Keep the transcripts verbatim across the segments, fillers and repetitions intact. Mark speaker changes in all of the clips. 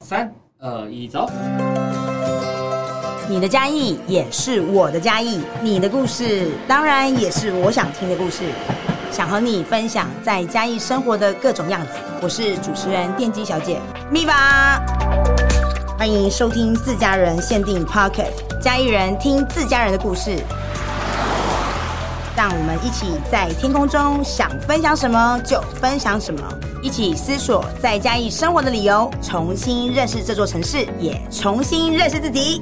Speaker 1: 三二一，走。
Speaker 2: 你的嘉义也是我的嘉义，你的故事当然也是我想听的故事，想和你分享在嘉义生活的各种样子。我是主持人电机小姐咪吧，欢迎收听自家人限定 Podcast， 嘉义人听自家人的故事。让我们一起在天空中想分享什么就分享什么，一起思索在嘉义生活的理由，重新认识这座城市，也重新认识自己。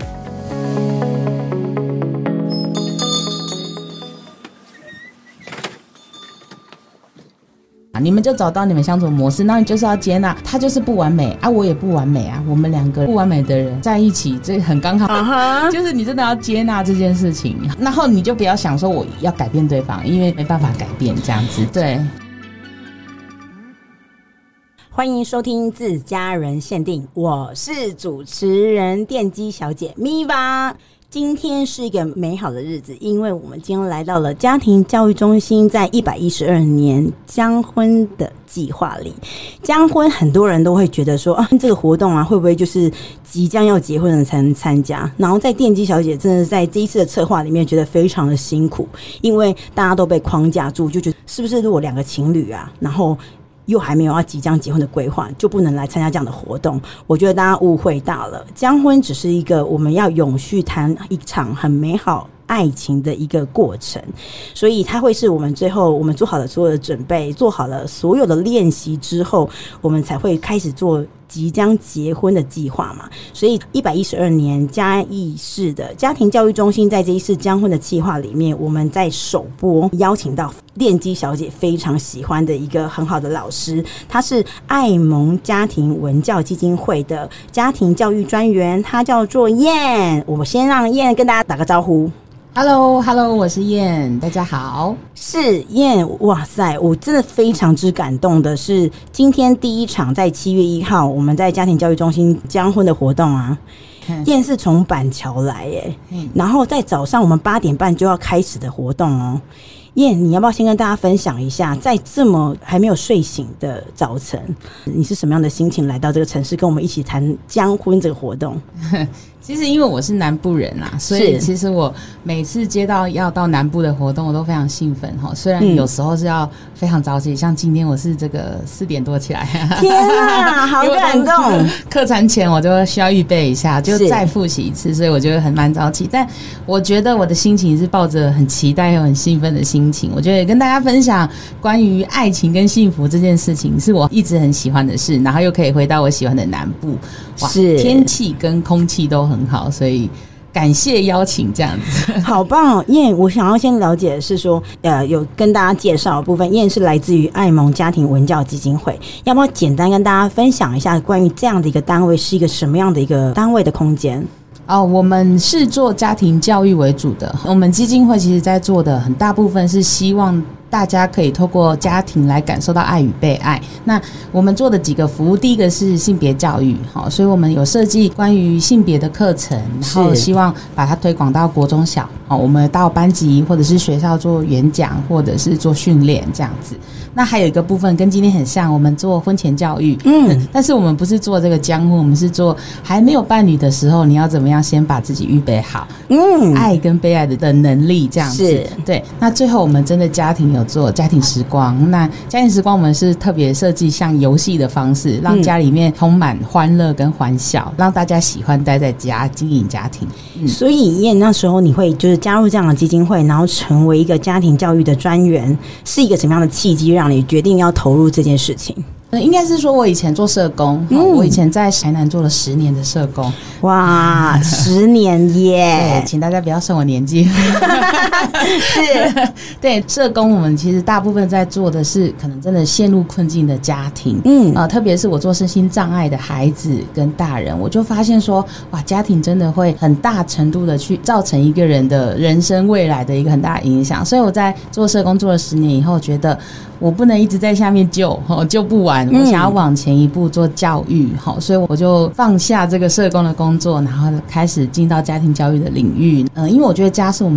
Speaker 3: 你们就找到你们相处模式，那你就是要接纳他就是不完美啊，我也不完美啊，我们两个不完美的人在一起，这很刚好、uh-huh. 就是你真的要接纳这件事情，然后你就不要想说我要改变对方，因为没办法改变这样子。对，
Speaker 2: 欢迎收听自家人限定，我是主持人电机小姐咪吧。今天是一个美好的日子，因为我们今天来到了家庭教育中心在一百一十二年将婚的计划里。将婚很多人都会觉得说啊，这个活动啊会不会就是即将要结婚的人才能参加，然后在电机小姐真的在这一次的策划里面觉得非常的辛苦，因为大家都被框架住，就觉得是不是如果两个情侣啊，然后又还没有要即将结婚的规划，就不能来参加这样的活动。我觉得大家误会大了，将婚只是一个我们要永续谈一场很美好爱情的一个过程，所以它会是我们最后我们做好了所有的准备，做好了所有的练习之后，我们才会开始做即将结婚的计划嘛。所以一百一十二年嘉义市的家庭教育中心在这一次将婚的计划里面，我们在首播邀请到电机小姐非常喜欢的一个很好的老师，他是爱盟家庭文教基金会的家庭教育专员，他叫做燕。我先让燕跟大家打个招呼。
Speaker 3: Hello Hello， 我是燕，大家好。
Speaker 2: 是燕，哇塞，我真的非常之感动的是，今天第一场在七月一号我们在家庭教育中心将婚的活动啊，燕是从板桥来耶，然后在早上我们八点半就要开始的活动哦。燕，你要不要先跟大家分享一下，在这么还没有睡醒的早晨，你是什么样的心情来到这个城市，跟我们一起谈将婚这个活动？
Speaker 3: 其实因为我是南部人啦，所以其实我每次接到要到南部的活动，我都非常兴奋哈。虽然有时候是要非常早起，嗯、像今天我是这个四点多起来。
Speaker 2: 天啊，好感动！
Speaker 3: 课程前我就需要预备一下，就再复习一次，所以我觉得很蛮早起。但我觉得我的心情是抱着很期待又很兴奋的心情。我觉得跟大家分享关于爱情跟幸福这件事情，是我一直很喜欢的事，然后又可以回到我喜欢的南部。哇，是天气跟空气都很很好，所以感谢邀请，这样子
Speaker 2: 好棒哦。燕，我想要先了解的是说，呃，有跟大家介绍的部分，燕是来自于爱盟家庭文教基金会，要不要简单跟大家分享一下关于这样的一个单位是一个什么样的一个单位的空间？
Speaker 3: 哦，我们是做家庭教育为主的，我们基金会其实在做的很大部分是希望大家可以透过家庭来感受到爱与被爱。那我们做的几个服务，第一个是性别教育，好，所以我们有设计关于性别的课程，然后希望把它推广到国中小，好，我们到班级或者是学校做演讲或者是做训练这样子。那还有一个部分跟今天很像，我们做婚前教育，嗯，但是我们不是做这个将婚，我们是做还没有伴侣的时候，你要怎么样先把自己预备好，嗯，爱跟被爱的的能力这样子。是，对。那最后我们真的家庭有做家庭时光，那家庭时光我们是特别设计像游戏的方式，让家里面充满欢乐跟欢笑，让大家喜欢待在家经营家庭。
Speaker 2: 嗯、所以燕那时候你会就是加入这样的基金会，然后成为一个家庭教育的专员，是一个什么样的契机让你决定要投入这件事情？
Speaker 3: 应该是说我以前做社工、嗯、我以前在台南做了十年的社工。
Speaker 2: 哇，十年耶！
Speaker 3: 对，请大家不要算我年纪。是，对，社工我们其实大部分在做的是可能真的陷入困境的家庭，嗯，呃，特别是我做身心障碍的孩子跟大人，我就发现说，哇，家庭真的会很大程度的去造成一个人的人生未来的一个很大的影响。所以我在做社工做了十年以后，觉得我不能一直在下面救，救不完，我想要往前一步做教育，所以我就放下这个社工的工作，然后开始进到家庭教育的领域。嗯，因为我觉得家是我们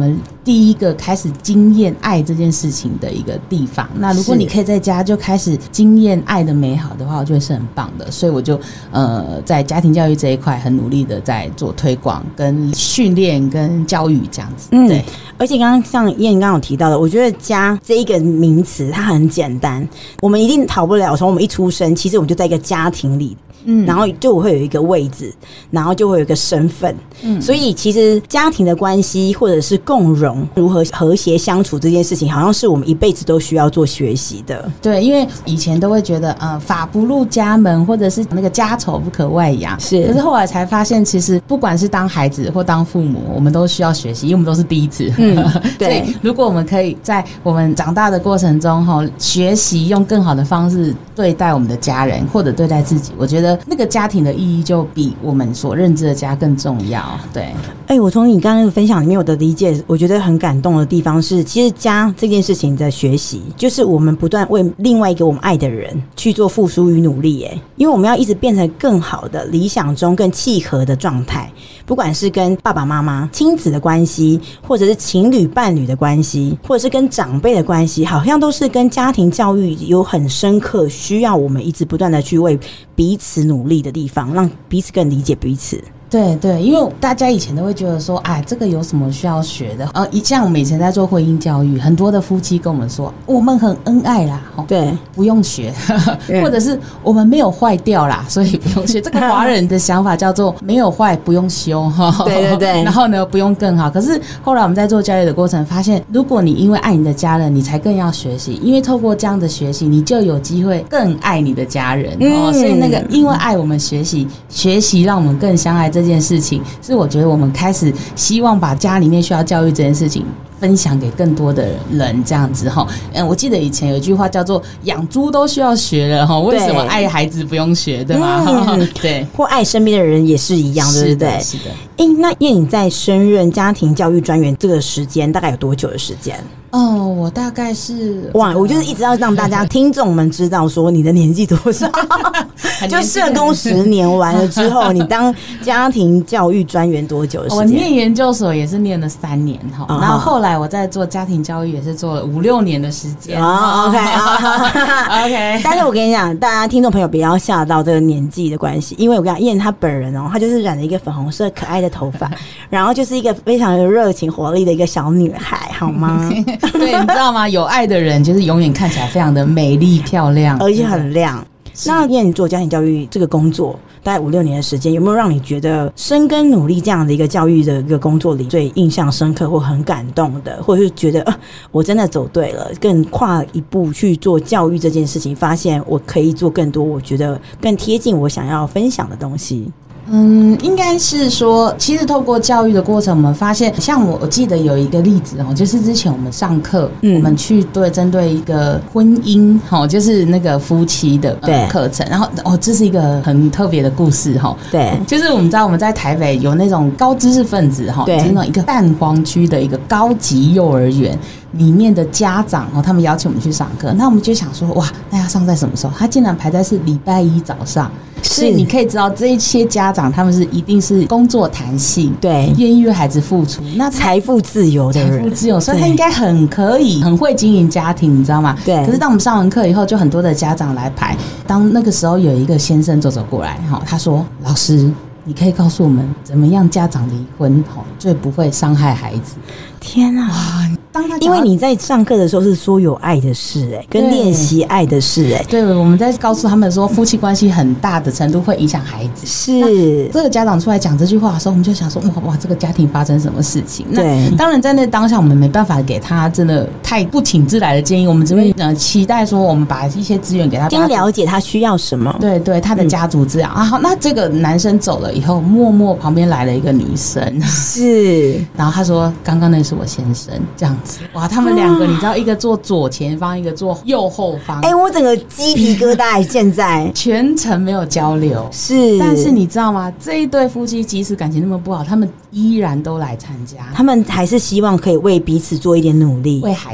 Speaker 3: 第一个开始经验爱这件事情的一个地方。那如果你可以在家就开始经验爱的美好的话，我觉得是很棒的。所以我就呃在家庭教育这一块很努力的在做推广、跟训练、跟教育这样子。嗯，对。
Speaker 2: 而且刚刚像燕刚刚有提到的，我觉得家这一个名词它很简单，我们一定逃不了。从我们一出生，其实我们就在一个家庭里。嗯，然后就会有一个位置，然后就会有一个身份，嗯，所以其实家庭的关系或者是共融、如何和谐相处这件事情，好像是我们一辈子都需要做学习的。
Speaker 3: 对，因为以前都会觉得，呃，法不入家门，或者是那个家丑不可外扬，是。可是后来才发现，其实不管是当孩子或当父母，我们都需要学习，因为我们都是第一次。嗯，对。所以如果我们可以在我们长大的过程中，哈，学习用更好的方式对待我们的家人，或者对待自己，我觉得那个家庭的意义就比我们所认知的家更重要。对，
Speaker 2: 哎、欸，我从你刚刚的分享里面，我的理解，我觉得很感动的地方是，其实家这件事情的学习，就是我们不断为另外一个我们爱的人去做付出与努力。哎，因为我们要一直变成更好的、理想中更契合的状态，不管是跟爸爸妈妈、亲子的关系，或者是情侣伴侣的关系，或者是跟长辈的关系，好像都是跟家庭教育有很深刻，需要我们一直不断的去为彼此努力的地方，让彼此更理解彼此。
Speaker 3: 对对，因为大家以前都会觉得说，哎，这个有什么需要学的？呃，像我们以前在做婚姻教育，很多的夫妻跟我们说，我们很恩爱啦，对，不用学，或者是我们没有坏掉啦，所以不用学。这个华人的想法叫做没有坏不用修，对对对。然后呢，不用更好。可是后来我们在做教育的过程，发现，如果你因为爱你的家人，你才更要学习，因为透过这样的学习，你就有机会更爱你的家人。嗯、哦，所以那个因为爱我们学习，学习让我们更相爱。这件事情是我觉得我们开始希望把家里面需要教育这件事情分享给更多的人，这样子哈。嗯，我记得以前有一句话叫做“养猪都需要学了哈，为什么爱孩子不用学，对吗？”嗯、对，
Speaker 2: 或爱身边的人也是一样，对不对？
Speaker 3: 是的。
Speaker 2: 哎、欸，那燕颖在升任家庭教育专员这个时间大概有多久的时间？
Speaker 3: 哦，我大概是
Speaker 2: 哇，我就是一直要让大家听众们知道说你的年纪多少，就社工十年完了之后，你当家庭教育专员多久的时间？
Speaker 3: 我念研究所也是念了三年哈，然后后来我在做家庭教育也是做了五六年的时间。
Speaker 2: 哦 ，OK 啊 ，OK。但是我跟你讲，大家听众朋友不要吓到这个年纪的关系，因为我跟你讲，燕她本人哦，她就是染了一个粉红色可爱的头发，然后就是一个非常有热情活力的一个小女孩，好吗？
Speaker 3: 对，你知道吗？有爱的人就是永远看起来非常的美丽漂亮，
Speaker 2: 而且很亮。那燕你做家庭教育这个工作大概五六年的时间，有没有让你觉得深耕努力这样的一个教育的一个工作里最印象深刻或很感动的，或者是觉得、呃、我真的走对了，更跨一步去做教育这件事情，发现我可以做更多我觉得更贴近我想要分享的东西？
Speaker 3: 嗯，应该是说，其实透过教育的过程，我们发现，像我我记得有一个例子哦，就是之前我们上课，嗯、我们去对针对一个婚姻，哈，就是那个夫妻的呃课程，然后哦，这是一个很特别的故事哈，对，就是我们知道我们在台北有那种高知识分子哈，就是那种一个蛋黄区的一个高级幼儿园。里面的家长哦，他们邀请我们去上课，那我们就想说，哇，那要上在什么时候？他竟然排在是礼拜一早上，所以你可以知道这一些家长他们是一定是工作弹性，对，愿意为孩子付出，那
Speaker 2: 财富自由的人，
Speaker 3: 财富自由，所以他应该很可以，很会经营家庭，你知道吗？对。可是当我们上完课以后，就很多的家长来排，当那个时候有一个先生走走过来，哈，他说：“老师，你可以告诉我们怎么样家长离婚好最不会伤害孩子？”
Speaker 2: 天啊！哇，当他因为你在上课的时候是说有爱的事哎、欸，跟练习爱的事哎、欸，
Speaker 3: 对，我们在告诉他们说夫妻关系很大的程度会影响孩子。是这个家长出来讲这句话的时候，我们就想说哇哇，这个家庭发生什么事情？对，当然在那当下我们没办法给他真的太不请自来的建议，我们只会呃期待说我们把一些资源给他，
Speaker 2: 先了解他需要什么。
Speaker 3: 对对，他的家族资料、嗯、啊。好，那这个男生走了以后，默默旁边来了一个女生，是，然后他说刚刚那是我先生，这样子。哇，他们两个你知道，一个坐左前方，一个坐右后方。
Speaker 2: 哎、欸，我整个鸡皮疙瘩，现在
Speaker 3: 全程没有交流，是。但是你知道吗？这一对夫妻即使感情那么不好，他们依然都来参加，
Speaker 2: 他们还是希望可以为彼此做一点努力，
Speaker 3: 为孩子。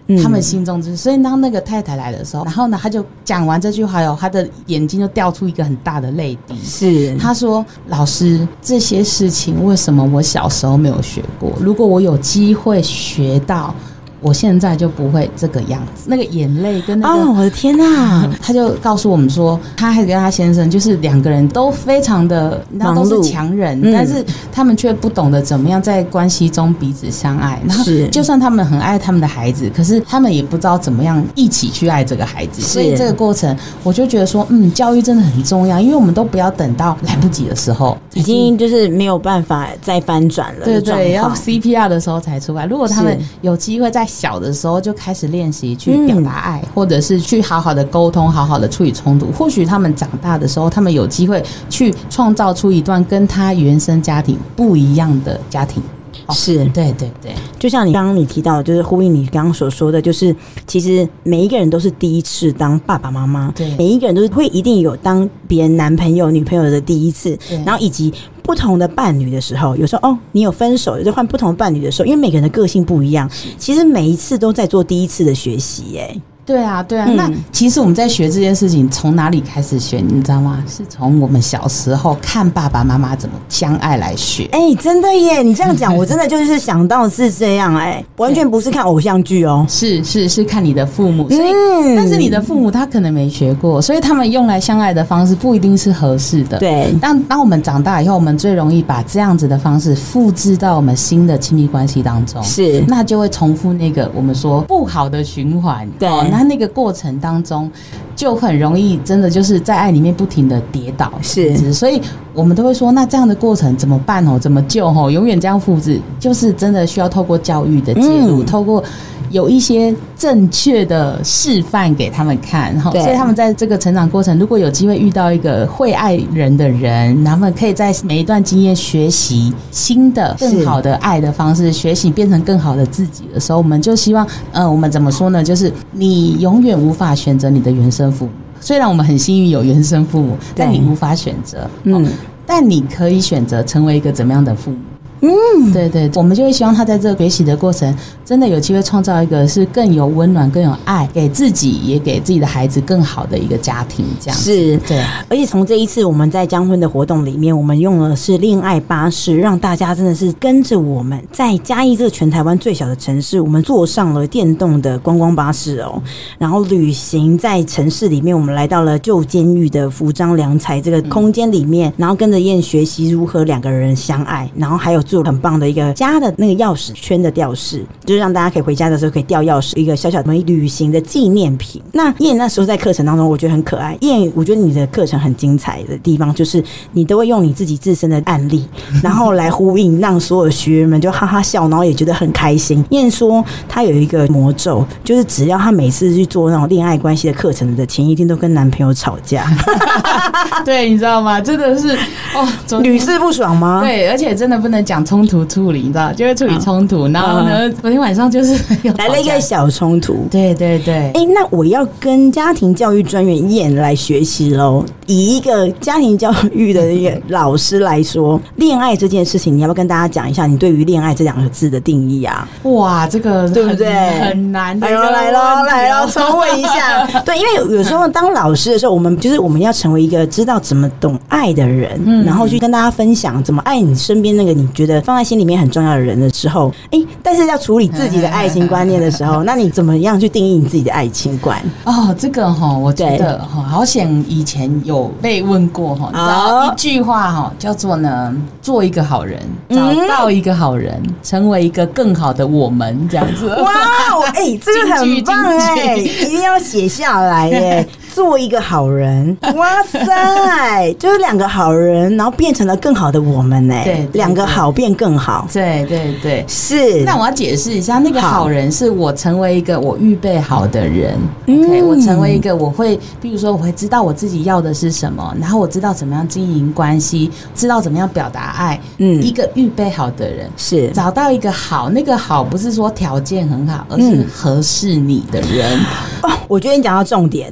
Speaker 3: 他们心中之，所以当那个太太来的时候，然后呢，他就讲完这句话后，他的眼睛就掉出一个很大的泪滴。
Speaker 2: 是，
Speaker 3: 他说：“老师，这些事情为什么我小时候没有学过？如果我有机会学到。”我现在就不会这个样子，那个眼泪跟那个，
Speaker 2: 哦，我的天哪！
Speaker 3: 他就告诉我们说，他还跟他先生就是两个人都非常的，那都是强人、嗯，但是他们却不懂得怎么样在关系中彼此相爱。然后，就算他们很爱他们的孩子，可是他们也不知道怎么样一起去爱这个孩子。所以这个过程，我就觉得说，嗯，教育真的很重要，因为我们都不要等到来不及的时候，
Speaker 2: 已经就是没有办法再翻转了。
Speaker 3: 对对，要 C P R 的时候才出来。如果他们有机会在小的时候就开始练习去表达爱、嗯、或者是去好好的沟通，好好的处理冲突，或许他们长大的时候他们有机会去创造出一段跟他原生家庭不一样的家庭。
Speaker 2: 是，
Speaker 3: 对对对，
Speaker 2: 就像你刚刚你提到的，就是呼应你刚刚所说的，就是其实每一个人都是第一次当爸爸妈妈，对，每一个人都是会一定有当别人男朋友女朋友的第一次，然后以及不同的伴侣的时候，有时候哦，你有分手，有时候换不同的伴侣的时候，因为每个人的个性不一样，其实每一次都在做第一次的学习，耶。
Speaker 3: 对啊，对啊、嗯。那其实我们在学这件事情，从哪里开始学？你知道吗？是从我们小时候看爸爸妈妈怎么相爱来学。
Speaker 2: 哎、欸，真的耶！你这样讲，我真的就是想到是这样，哎、欸，完全不是看偶像剧哦，
Speaker 3: 是是是看你的父母。所以，嗯、但是你的父母他可能没学过，所以他们用来相爱的方式不一定是合适的。
Speaker 2: 对。
Speaker 3: 当当我们长大以后，我们最容易把这样子的方式复制到我们新的亲密关系当中，
Speaker 2: 是，
Speaker 3: 那就会重复那个我们说不好的循环。
Speaker 2: 对。
Speaker 3: 哦，那那个过程当中就很容易真的就是在爱里面不停的跌倒，
Speaker 2: 是，
Speaker 3: 所以我们都会说，那这样的过程怎么办哦？怎么救哦？永远这样复制，就是真的需要透过教育的介入，嗯、透过有一些正确的示范给他们看，所以他们在这个成长过程，如果有机会遇到一个会爱人的人，他们可以在每一段经验学习新的、更好的爱的方式，学习变成更好的自己的时候，我们就希望，呃，我们怎么说呢？就是你永远无法选择你的原生父母，虽然我们很幸运有原生父母，但你无法选择，嗯、哦，但你可以选择成为一个怎么样的父母。嗯，对对，我们就会希望他在这个学习的过程，真的有机会创造一个是更有温暖、更有爱，给自己也给自己的孩子更好的一个家庭，这样子
Speaker 2: 是，
Speaker 3: 对。
Speaker 2: 而且从这一次我们在将婚的活动里面，我们用的是恋爱巴士，让大家真的是跟着我们在嘉义这个全台湾最小的城市，我们坐上了电动的观光巴士哦，然后旅行在城市里面，我们来到了旧监狱的服装良才这个空间里面，然后跟着燕学习如何两个人相爱，然后还有做很棒的一个家的那个钥匙圈的吊饰，就是让大家可以回家的时候可以吊钥匙，一个小小的旅行的纪念品。那燕那时候在课程当中我觉得很可爱，燕我觉得你的课程很精彩的地方就是你都会用你自己自身的案例然后来呼应，让所有学员们就哈哈笑，然后也觉得很开心。燕说她有一个魔咒，就是只要她每次去做那种恋爱关系的课程的前一天都跟男朋友吵架
Speaker 3: 对，你知道吗？真的是哦，
Speaker 2: 屡试不爽吗？
Speaker 3: 对，而且真的不能讲冲突处理，你知道，就会处理冲突、嗯、然后呢、嗯、昨天晚上就是
Speaker 2: 来了一个小冲突。
Speaker 3: 对对对，
Speaker 2: 哎、欸，那我要跟家庭教育专员燕来学习咯。以一个家庭教育的一个老师来说，恋爱这件事情你要不要跟大家讲一下你对于恋爱这两个字的定义啊？
Speaker 3: 哇，这个
Speaker 2: 对不对？
Speaker 3: 很难的。
Speaker 2: 来咯来咯来咯重问一下对，因为有时候当老师的时候，我们就是我们要成为一个知道怎么懂爱的人、嗯、然后去跟大家分享怎么爱你身边那个你觉得放在心里面很重要的人的时候，哎，但是要处理自己的爱情观念的时候那你怎么样去定义你自己的爱情观？
Speaker 3: 哦，这个齁我觉得齁好险以前有被问过齁，你知道一句话齁叫做呢，做一个好人，找到一个好人、嗯、成为一个更好的我们，这样子。
Speaker 2: 哇，哎、欸，这个很棒哎、欸，一定要写下来耶做一个好人，哇塞，就是两个好人，然后变成了更好的我们哎，对，两个好变更好，
Speaker 3: 对对对，
Speaker 2: 是。
Speaker 3: 那我要解释一下，那个好人是我成为一个我预备好的人、嗯、，OK， 我成为一个我会，比如说我会知道我自己要的是什么，然后我知道怎么样经营关系，知道怎么样表达爱，嗯，一个预备好的人，是找到一个好，那个好不是说条件很好，而是合适你的人。
Speaker 2: 嗯、哦，我觉得你讲到重点，那个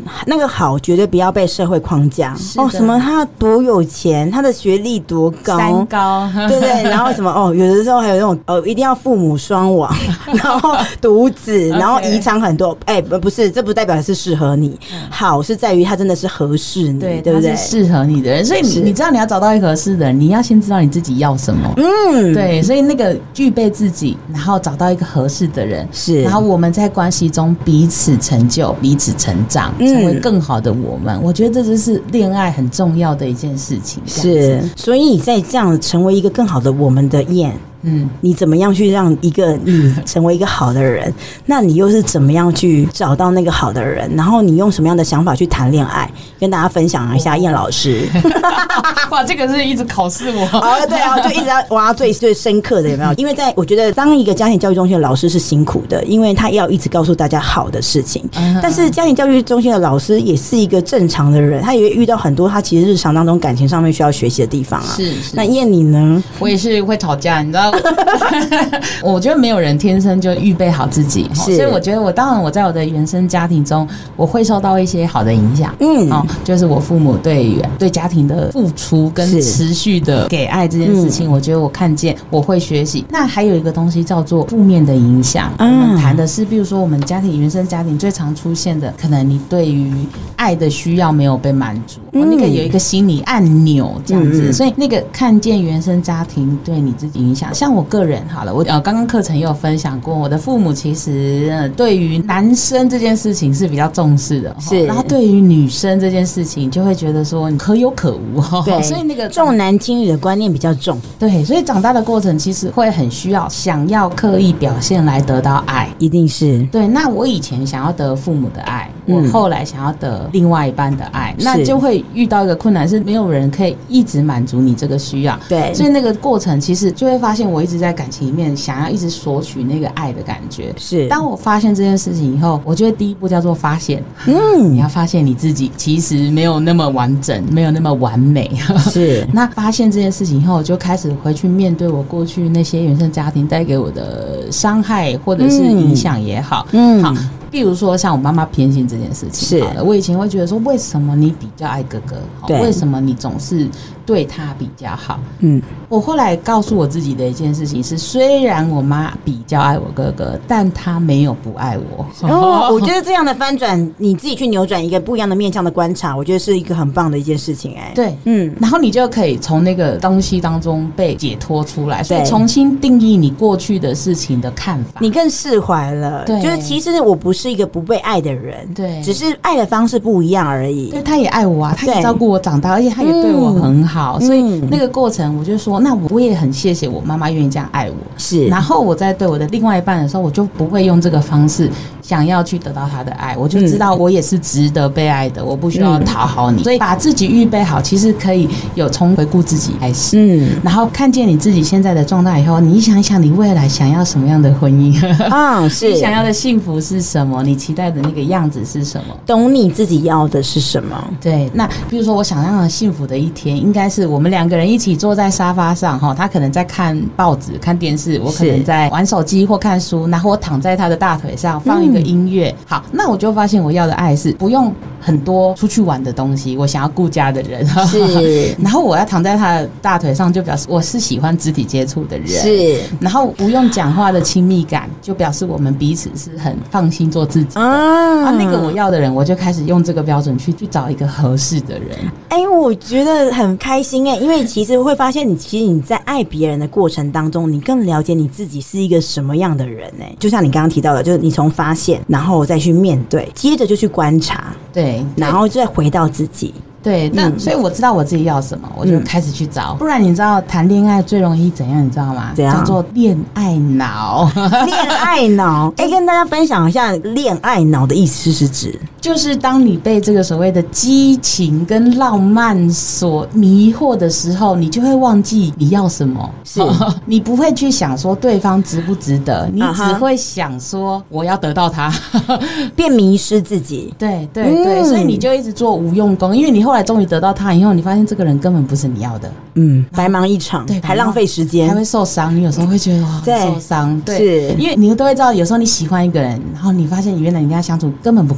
Speaker 2: 好绝对不要被社会框架哦，什么他多有钱，他的学历多高，
Speaker 3: 三高，
Speaker 2: 对对，然后什么哦，有的时候还有那种哦，一定要父母双亡，然后独子，然后遗产很多，哎、欸，不是，这不代表是适合你，好是在于他真的是合适你，对，对不对？
Speaker 3: 适合你的人，所以你你知道你要找到一个合适的人，你要先知道你自己要什么，嗯，对，所以那个具备自己，然后找到一个合适的人，
Speaker 2: 是，
Speaker 3: 然后我们在关系中彼此成就，彼此成长，成为更好的我们。嗯、我觉得这就是恋爱很重要的一件事情。
Speaker 2: 是，所以你在这样成为一个更好的我们的燕。嗯，你怎么样去让一个你成为一个好的人？那你又是怎么样去找到那个好的人？然后你用什么样的想法去谈恋爱？跟大家分享一下，燕老师。
Speaker 3: 哇，这个是一直考试我。
Speaker 2: 哦，对啊，就一直要挖最最深刻的有没有？因为在我觉得，当一个家庭教育中心的老师是辛苦的，因为他要一直告诉大家好的事情。嗯、但是家庭教育中心的老师也是一个正常的人，他也会遇到很多他其实日常当中感情上面需要学习的地方啊。
Speaker 3: 是是。
Speaker 2: 那燕你呢？
Speaker 3: 我也是会吵架，你知道。我觉得没有人天生就预备好自己，所以我觉得我当然我在我的原生家庭中，我会受到一些好的影响，嗯，哦，就是我父母对对家庭的付出跟持续的给爱这件事情，我觉得我看见，我会学习。那还有一个东西叫做负面的影响，我们谈的是，比如说我们家庭原生家庭最常出现的，可能你对于爱的需要没有被满足，嗯、那个有一个心理按钮这样子，嗯、所以那个看见原生家庭对你自己影响，像我个人好了，我呃刚刚课程也有分享过，我的父母其实、呃、对于男生这件事情是比较重视的，是，然后对于女生这件事情就会觉得说你可有可无，
Speaker 2: 对，
Speaker 3: 所以那个
Speaker 2: 重男轻女的观念比较重，
Speaker 3: 对，所以长大的过程其实会很需要想要刻意表现来得到爱，
Speaker 2: 一定是
Speaker 3: 对。那我以前想要得父母的爱，嗯、我后来想要得另外一半的爱，那就会遇到一个困难，是没有人可以一直满足你这个需要，对，所以那个过程其实就会发现我一直在感情里面想要一直索取那个爱的感觉。是，当我发现这件事情以后，我觉得第一步叫做发现，嗯，你要发现你自己其实没有那么完整，没有那么完美。是，那发现这件事情以后，我就开始回去面对我过去那些原生家庭带给我的伤害或者是影响也好，嗯，好。比如说像我妈妈偏心这件事情，是我以前会觉得说，为什么你比较爱哥哥？为什么你总是对他比较好？嗯，我后来告诉我自己的一件事情是，虽然我妈比较爱我哥哥，但她没有不爱我。
Speaker 2: 哦，我觉得这样的翻转，你自己去扭转一个不一样的面向的观察，我觉得是一个很棒的一件事情。哎，
Speaker 3: 对，嗯，然后你就可以从那个东西当中被解脱出来，所以重新定义你过去的事情的看法，
Speaker 2: 你更释怀了。对，就是其实我不是一个不被爱的人，对，只是爱的方式不一样而已。
Speaker 3: 对，他也爱我啊，他也照顾我长大，而且他也对我很好，嗯、所以那个过程，我就说，那我也很谢谢我妈妈愿意这样爱我。是，然后我在对我的另外一半的时候，我就不会用这个方式想要去得到他的爱，我就知道我也是值得被爱的，我不需要讨好你。嗯、所以把自己预备好，其实可以有从回顾自己开始，嗯，然后看见你自己现在的状态以后，你想一想你未来想要什么样的婚姻啊？是，你想要的幸福是什么？你期待的那个样子是什么？
Speaker 2: 懂你自己要的是什么？
Speaker 3: 对，那比如说我想要的幸福的一天，应该是我们两个人一起坐在沙发上，他可能在看报纸、看电视，我可能在玩手机或看书，然后我躺在他的大腿上放一个音乐。嗯、好，那我就发现我要的爱是不用很多出去玩的东西，我想要顾家的人。是，然后我要躺在他的大腿上，就表示我是喜欢肢体接触的人。是，然后不用讲话的亲密感，就表示我们彼此是很放心做自己的。啊，啊，那个我要的人，我就开始用这个标准去去找一个合适的人。
Speaker 2: 哎、欸，我觉得很开心哎、欸，因为其实会发现你，其实你在爱别人的过程当中，你更了解你自己是一个什么样的人哎、欸。就像你刚刚提到的，就是你从发现，然后再去面对，接着就去观察，对，然后再回到自己。
Speaker 3: 对，那、嗯、所以我知道我自己要什么，我就开始去找。嗯、不然你知道谈恋爱最容易怎样？你知道吗？怎样？叫做恋爱脑。
Speaker 2: 恋爱脑，哎、欸，跟大家分享一下，恋爱脑的意思是指，
Speaker 3: 就是当你被这个所谓的激情跟浪漫所迷惑的时候，你就会忘记你要什么。是，你不会去想说对方值不值得，你只会想说我要得到他，
Speaker 2: 变迷失自己。
Speaker 3: 对对对、嗯，所以你就一直做无用功，因为你后来终于得到他以后，你发现这个人根本不是你要的，
Speaker 2: 嗯，白忙一场，对，还浪费时间，
Speaker 3: 还会受伤。你有时候会觉得哇，受伤，对，是因为你都会知道，有时候你喜欢一个人，然后你发现原来你跟他相处根本不快乐，可是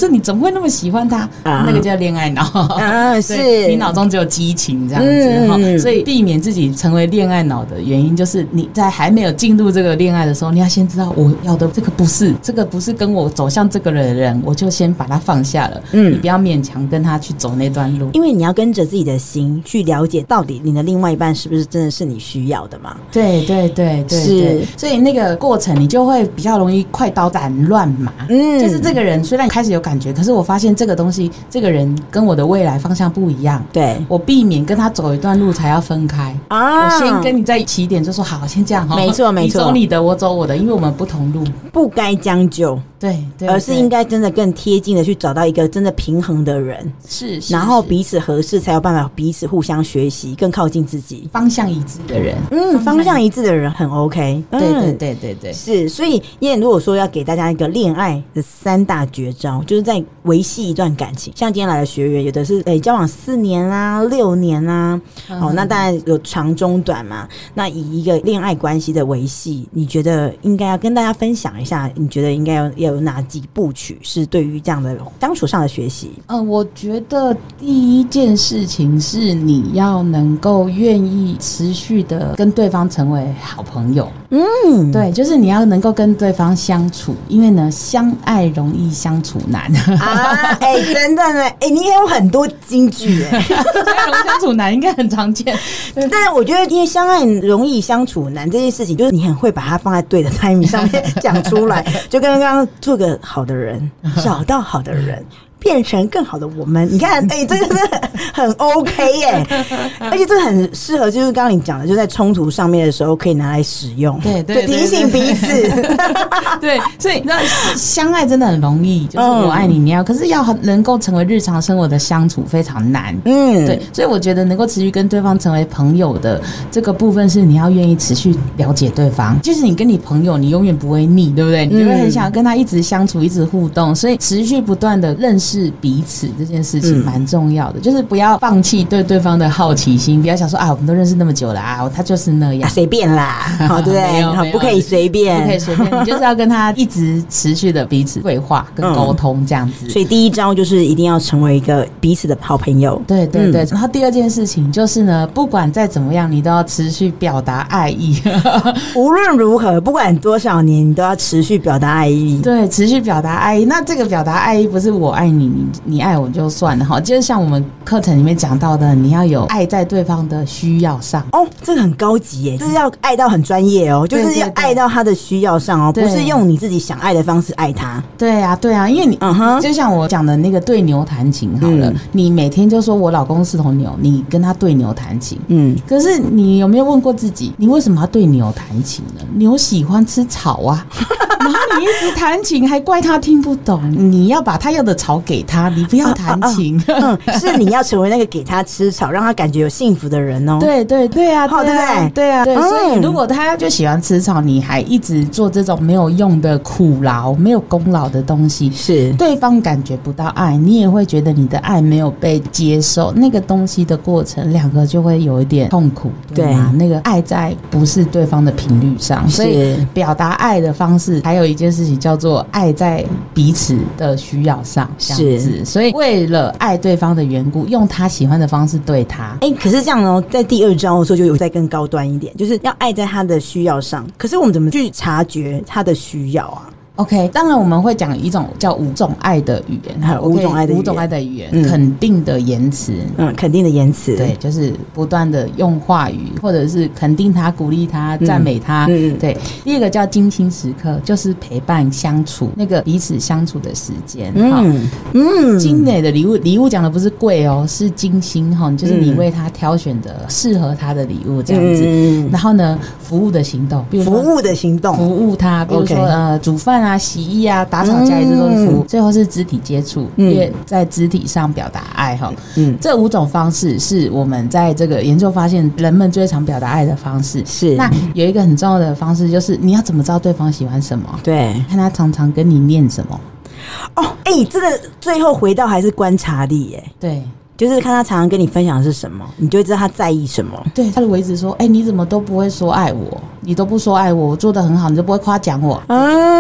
Speaker 3: 是你怎么会那么喜欢他？啊、那个叫恋爱脑
Speaker 2: 啊，是
Speaker 3: 你脑中只有激情这样子哈、嗯，所以避免自己成为恋爱脑的原因，就是你在还没有进入这个恋爱的时候，你要先知道我要的这个不是，这个不是跟我走向这个人的人，我就先把它放下了。嗯，你不要勉强跟他去走那段路，
Speaker 2: 因为你要跟着自己的心去了解，到底你的另外一半是不是真的是你需要的嘛？
Speaker 3: 对对对对，是，所以那个过程你就会比较容易快刀斩乱麻。嗯，就是这个人虽然开始有感觉，可是我发现这个东西，这个人跟我的未来方向不一样。对，我避免跟他走一段路才要分开啊。我先跟你在起点就说好，先这样哈。
Speaker 2: 没错没错，
Speaker 3: 你走你的，我走我的，因为我们不同路，
Speaker 2: 不该将就。对， 对，而是应该真的更贴近的去找到一个真的平衡的人，
Speaker 3: 是，是，
Speaker 2: 然后彼此合适，才有办法彼此互相学习，更靠近自己，
Speaker 3: 方向一致的人，
Speaker 2: 嗯，方向一致的人很 OK，嗯、
Speaker 3: 对对对对对，
Speaker 2: 是，所以燕如果说要给大家一个恋爱的三大绝招，就是在维系一段感情，像今天来的学员，有的是诶、欸、交往四年啊、六年啊，嗯、哦，那当然有长中短嘛。那以一个恋爱关系的维系，你觉得应该要跟大家分享一下？你觉得应该要要有哪几部曲是对于这样的相处上的学习？
Speaker 3: 呃，我觉得第一件事情是你要能够愿意持续的跟对方成为好朋友。嗯，对，就是你要能够跟对方相处，因为呢，相爱容易相处难
Speaker 2: 啊！哎、欸，真的呢，哎、欸，你也有很多金句哎，
Speaker 3: 相爱容易相处难应该很常见，
Speaker 2: 但是我觉得因为相爱容易相处难这件事情，就是你很会把它放在对的 timing 上面讲出来，就跟刚刚做个好的人，找到好的人。变成更好的我们，你看，哎、欸，这个是很 OK 耶、欸，而且这很适合，就是刚刚你讲的，就在冲突上面的时候可以拿来使用，
Speaker 3: 对对，
Speaker 2: 提醒彼此，
Speaker 3: 对，所以你知道相爱真的很容易，就是我爱你，你要，可是要能够成为日常生活的相处非常难，嗯，对，所以我觉得能够持续跟对方成为朋友的这个部分是你要愿意持续了解对方，就是你跟你朋友，你永远不会腻，对不对？你就会很想跟他一直相处，一直互动，所以持续不断的认识。是彼此这件事情蛮重要的、嗯，就是不要放弃对对方的好奇心，不要想说啊，我们都认识那么久了啊，他就是那样，
Speaker 2: 随、啊、便啦，好对不对？好，不可以随便，
Speaker 3: 不可以随便，你就是要跟他一直持续的彼此对话跟沟通这样子、嗯。
Speaker 2: 所以第一招就是一定要成为一个彼此的好朋友。
Speaker 3: 对对对、嗯，然后第二件事情就是呢，不管再怎么样，你都要持续表达爱意。
Speaker 2: 无论如何，不管多少年，你都要持续表达爱意。
Speaker 3: 对，持续表达爱意。那这个表达爱意不是我爱你。你你爱我就算了哈，就是像我们课程里面讲到的，你要有爱在对方的需要上
Speaker 2: 哦，这个很高级耶，就是要爱到很专业哦，就是要爱到他的需要上哦，不是用你自己想爱的方式爱他。
Speaker 3: 对啊，对啊，因为你嗯哼，就像我讲的那个对牛弹琴好了、嗯，你每天就说我老公是头牛，你跟他对牛弹琴，嗯，可是你有没有问过自己，你为什么要对牛弹琴呢？牛喜欢吃草啊。然后你一直弹琴，还怪他听不懂。你要把他要的草给他，你不要弹琴。
Speaker 2: 啊啊嗯、是你要成为那个给他吃草，让他感觉有幸福的人哦。
Speaker 3: 对对对啊，
Speaker 2: 对不对？
Speaker 3: 对啊，对。所以如果他就喜欢吃草，你还一直做这种没有用的苦劳、没有功劳的东西，是对方感觉不到爱，你也会觉得你的爱没有被接受。那个东西的过程，两个就会有一点痛苦，对啊。那个爱在不是对方的频率上，所以表达爱的方式。还有一件事情叫做爱在彼此的需要上，这样子。所以为了爱对方的缘故，用他喜欢的方式对他。
Speaker 2: 哎、欸，可是这样哦，在第二招的时候就有再更高端一点，就是要爱在他的需要上。可是我们怎么去察觉他的需要啊
Speaker 3: ？OK， 当然我们会讲一种叫五种爱的语言，还有五种爱的语言，五种爱的语言，嗯、肯定的言辞，
Speaker 2: 嗯，肯定的言辞，
Speaker 3: 对，就是不断的用话语，或者是肯定他、鼓励他、赞美他，嗯，对。第二个叫精心时刻，就是陪伴相处，那个彼此相处的时间，嗯嗯，精美的礼物，礼物讲的不是贵哦，是精心哈，就是你为他挑选的适合他的礼物这样子。嗯、然后呢，服务的行动，比如说
Speaker 2: 服务的行动，
Speaker 3: 服务他，比如说、okay. 呃，煮饭啊、洗衣啊、打扫家里，这都是服务、嗯。最后是肢体接触，因为在肢体上表达爱哈。嗯，这五种方式是我们在这个研究发现人们最常表达爱的方式。是，那有一个很重要的方式，就是你要怎么知道对方喜欢什么？对，看他常常跟你念什么。
Speaker 2: 哦，哎、欸，这个最后回到还是观察力耶。对。就是看他常常跟你分享的是什么，你就会知道他在意什么。
Speaker 3: 对，他的维持说：“哎、欸，你怎么都不会说爱我？你都不说爱我，我做得很好，你都不会夸奖我。”啊，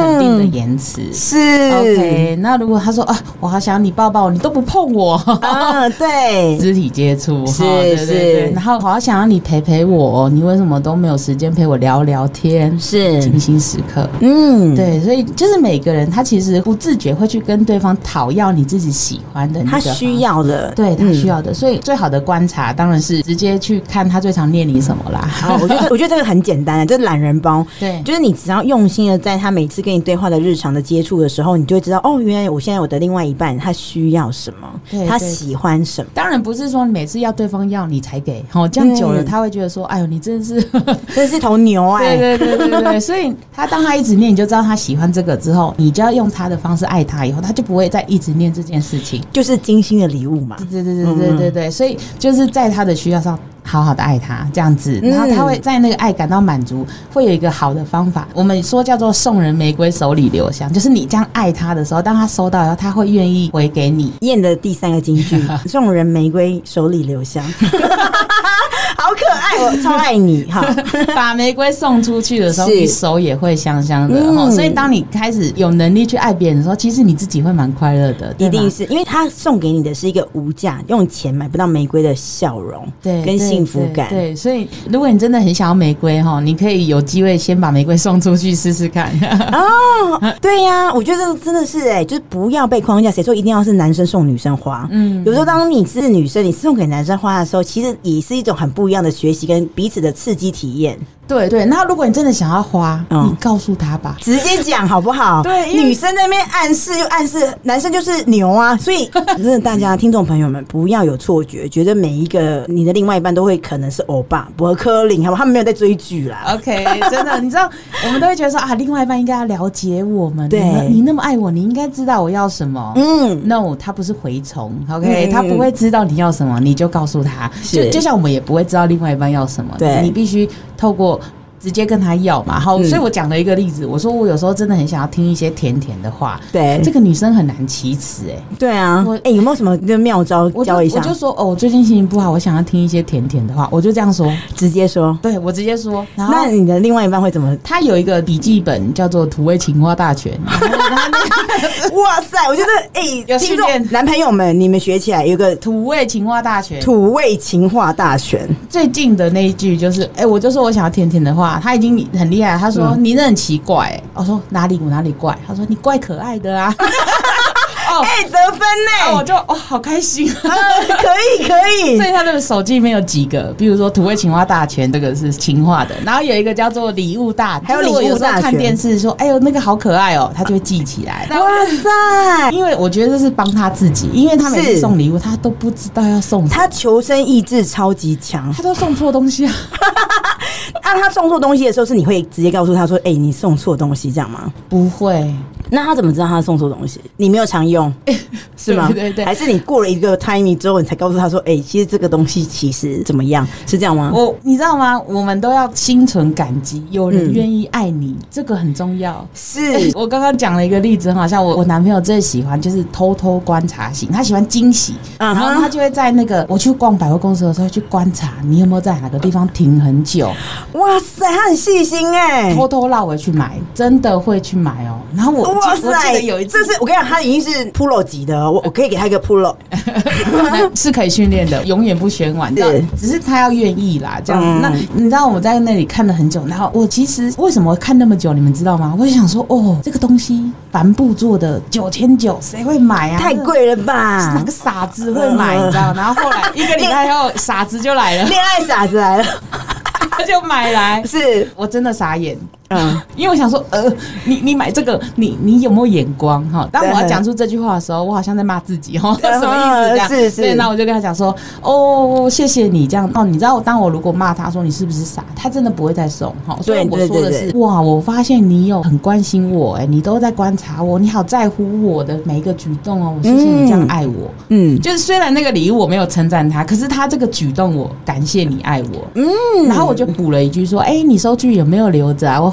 Speaker 3: 肯定的言辞、嗯、
Speaker 2: 是
Speaker 3: OK。那如果他说啊，我好想要你抱抱我，你都不碰我，
Speaker 2: 啊，对，
Speaker 3: 肢体接触
Speaker 2: 是
Speaker 3: 对对对。
Speaker 2: 是，
Speaker 3: 然后我好想要你陪陪我，你为什么都没有时间陪我聊聊天？
Speaker 2: 是
Speaker 3: 精心时刻，
Speaker 2: 嗯，
Speaker 3: 对，所以就是每个人他其实不自觉会去跟对方讨要你自己喜欢的那个，
Speaker 2: 他需要的，
Speaker 3: 对他需要的、嗯，所以最好的观察当然是直接去看他最常念你什么啦。
Speaker 2: 好，我觉得我觉得这个很简单，就是懒人包，
Speaker 3: 对，
Speaker 2: 就是你只要用心的在他每次跟你对话的日常的接触的时候，你就会知道哦，原来我现在我的另外一半他需要什么，
Speaker 3: 对，
Speaker 2: 他喜欢什么。
Speaker 3: 当然不是说每次要对方要你才给，好，这样久了、嗯、他会觉得说，哎呦，你真的是
Speaker 2: 真是头牛哎、
Speaker 3: 欸，对对对对对，所以他当他一直念，你就知道他喜欢这个之后，你就要用他的方式爱他，以后他就不会再一直念这件事情，
Speaker 2: 就是精心的礼物嘛。
Speaker 3: 对对对对对对对，所以就是在他的需要上好好的爱他，这样子，然后他会在那个爱感到满足，会有一个好的方法，我们说叫做送人玫瑰手里留香，就是你这样爱他的时候，当他收到以后，他会愿意回给你。
Speaker 2: 燕的第三个金句，送人玫瑰手里留香。好可爱，我超爱你哈！
Speaker 3: 把玫瑰送出去的时候，你手也会香香的、嗯、所以当你开始有能力去爱别人的时候，其实你自己会蛮快乐的。
Speaker 2: 一定是因为他送给你的是一个无价，用钱买不到玫瑰的笑容，对，跟幸福感。
Speaker 3: 对，对，所以如果你真的很想要玫瑰哈，你可以有机会先把玫瑰送出去试试看。
Speaker 2: 哦，对呀、啊，我觉得这个真的是哎、欸，就是不要被框架。谁说一定要是男生送女生花？嗯，有时候当你是女生，你送给男生花的时候，其实也是一种很不一样的学习跟彼此的刺激体验。
Speaker 3: 对对，那如果你真的想要花、嗯，你告诉他吧，
Speaker 2: 直接讲好不好？对，女生在那边暗示又暗示，男生就是牛啊，所以真的大家听众朋友们不要有错觉，觉得每一个你的另外一半都会可能是欧巴、伯克林，好不好？他们没有在追剧啦。
Speaker 3: OK， 真的，你知道我们都会觉得说啊，另外一半应该要了解我们，
Speaker 2: 对，
Speaker 3: 你那么爱我，你应该知道我要什么。嗯 ，No， 他不是蛔虫 ，OK，、嗯、他不会知道你要什么，你就告诉他，就就像我们也不会知道另外一半要什么，对，你必须透过。直接跟他要嘛，好、嗯，所以我讲了一个例子，我说我有时候真的很想要听一些甜甜的话，对，这个女生很难启齿，哎，
Speaker 2: 对啊，哎、欸，有没有什么妙招教一下？
Speaker 3: 我就, 我就说哦，我最近心情不好，我想要听一些甜甜的话，我就这样说，
Speaker 2: 直接说，
Speaker 3: 对我直接说。然后
Speaker 2: 那你的另外一半会怎么？
Speaker 3: 他有一个笔记本叫做《土味情话大全》，
Speaker 2: 哇塞，我觉得哎、欸，有训练男朋友们，你们学起来有个
Speaker 3: 土味情话大全，
Speaker 2: 土味情话大全。
Speaker 3: 最近的那一句就是，哎、欸，我就说我想要甜甜的话，他已经很厉害，他说、嗯、你那很奇怪、欸，我说哪里我哪里怪？他说你怪可爱的啊。
Speaker 2: 哦，哎、欸，得分呢、欸！
Speaker 3: 我就哦，好开心，
Speaker 2: 啊、可以可以。
Speaker 3: 所以他的手机里面有几个，比如说土味情话大全，这个是情话的，然后有一个叫做礼物大，
Speaker 2: 还有礼物大全。
Speaker 3: 就是我有时候看电视说，哎呦那个好可爱哦，他就会记起来。
Speaker 2: 哇塞！
Speaker 3: 因为我觉得这是帮他自己，因为他每次送礼物，他都不知道要送什么，
Speaker 2: 他求生意志超级强，
Speaker 3: 他都送错东西啊。
Speaker 2: 啊，他送错东西的时候，是你会直接告诉他说，哎、欸，你送错东西这样吗？
Speaker 3: 不会。
Speaker 2: 那他怎么知道他送错东西？你没有常用，是吗？
Speaker 3: 对对对，
Speaker 2: 还是你过了一个 timing 之后，你才告诉他说：“哎、欸，其实这个东西其实怎么样？”是这样吗？
Speaker 3: 我你知道吗？我们都要心存感激，有人愿意爱你，嗯、这个很重要。
Speaker 2: 是、
Speaker 3: 欸、我刚刚讲了一个例子，很好像我我男朋友最喜欢就是偷偷观察型，他喜欢惊喜， uh-huh. 然后他就会在那个我去逛百货公司的时候去观察你有没有在哪个地方停很久。
Speaker 2: 哇塞，他很细心哎、欸，
Speaker 3: 偷偷绕回去买，真的会去买哦。然后我
Speaker 2: 哇塞，
Speaker 3: 我记得有一次，
Speaker 2: 这是我跟你讲，他已经是 Pro 级的，我我可以给他一个 Pro，
Speaker 3: 是可以训练的，永远不嫌晚。对，只是他要愿意啦，这样子。嗯、那你知道我在那里看了很久，然后我其实为什么看那么久，你们知道吗？我就想说，哦，这个东西帆布做的九千九，谁会买啊？
Speaker 2: 太贵了吧？
Speaker 3: 是哪个傻子会买？你知道？然后后来一个礼拜后，傻子就来了，
Speaker 2: 恋爱傻子来了。
Speaker 3: 他就买来，是我真的傻眼，嗯，因为我想说，呃，你你买这个，你你有没有眼光哈？当我要讲出这句话的时候，我好像在骂自己哈，什么意思？这样是是。对，那我就跟他讲说，哦，谢谢你这样哦。你知道，当我如果骂他说你是不是傻，他真的不会再送哈。所以我说的是，哇，我发现你有很关心我，哎，你都在观察我，你好在乎我的每一个举动哦。我谢谢你这样爱我，嗯，就是虽然那个礼物我没有称赞他，可是他这个举动我感谢你爱我，嗯，然后我就补了一句说，哎，你收据有没有留着啊？我后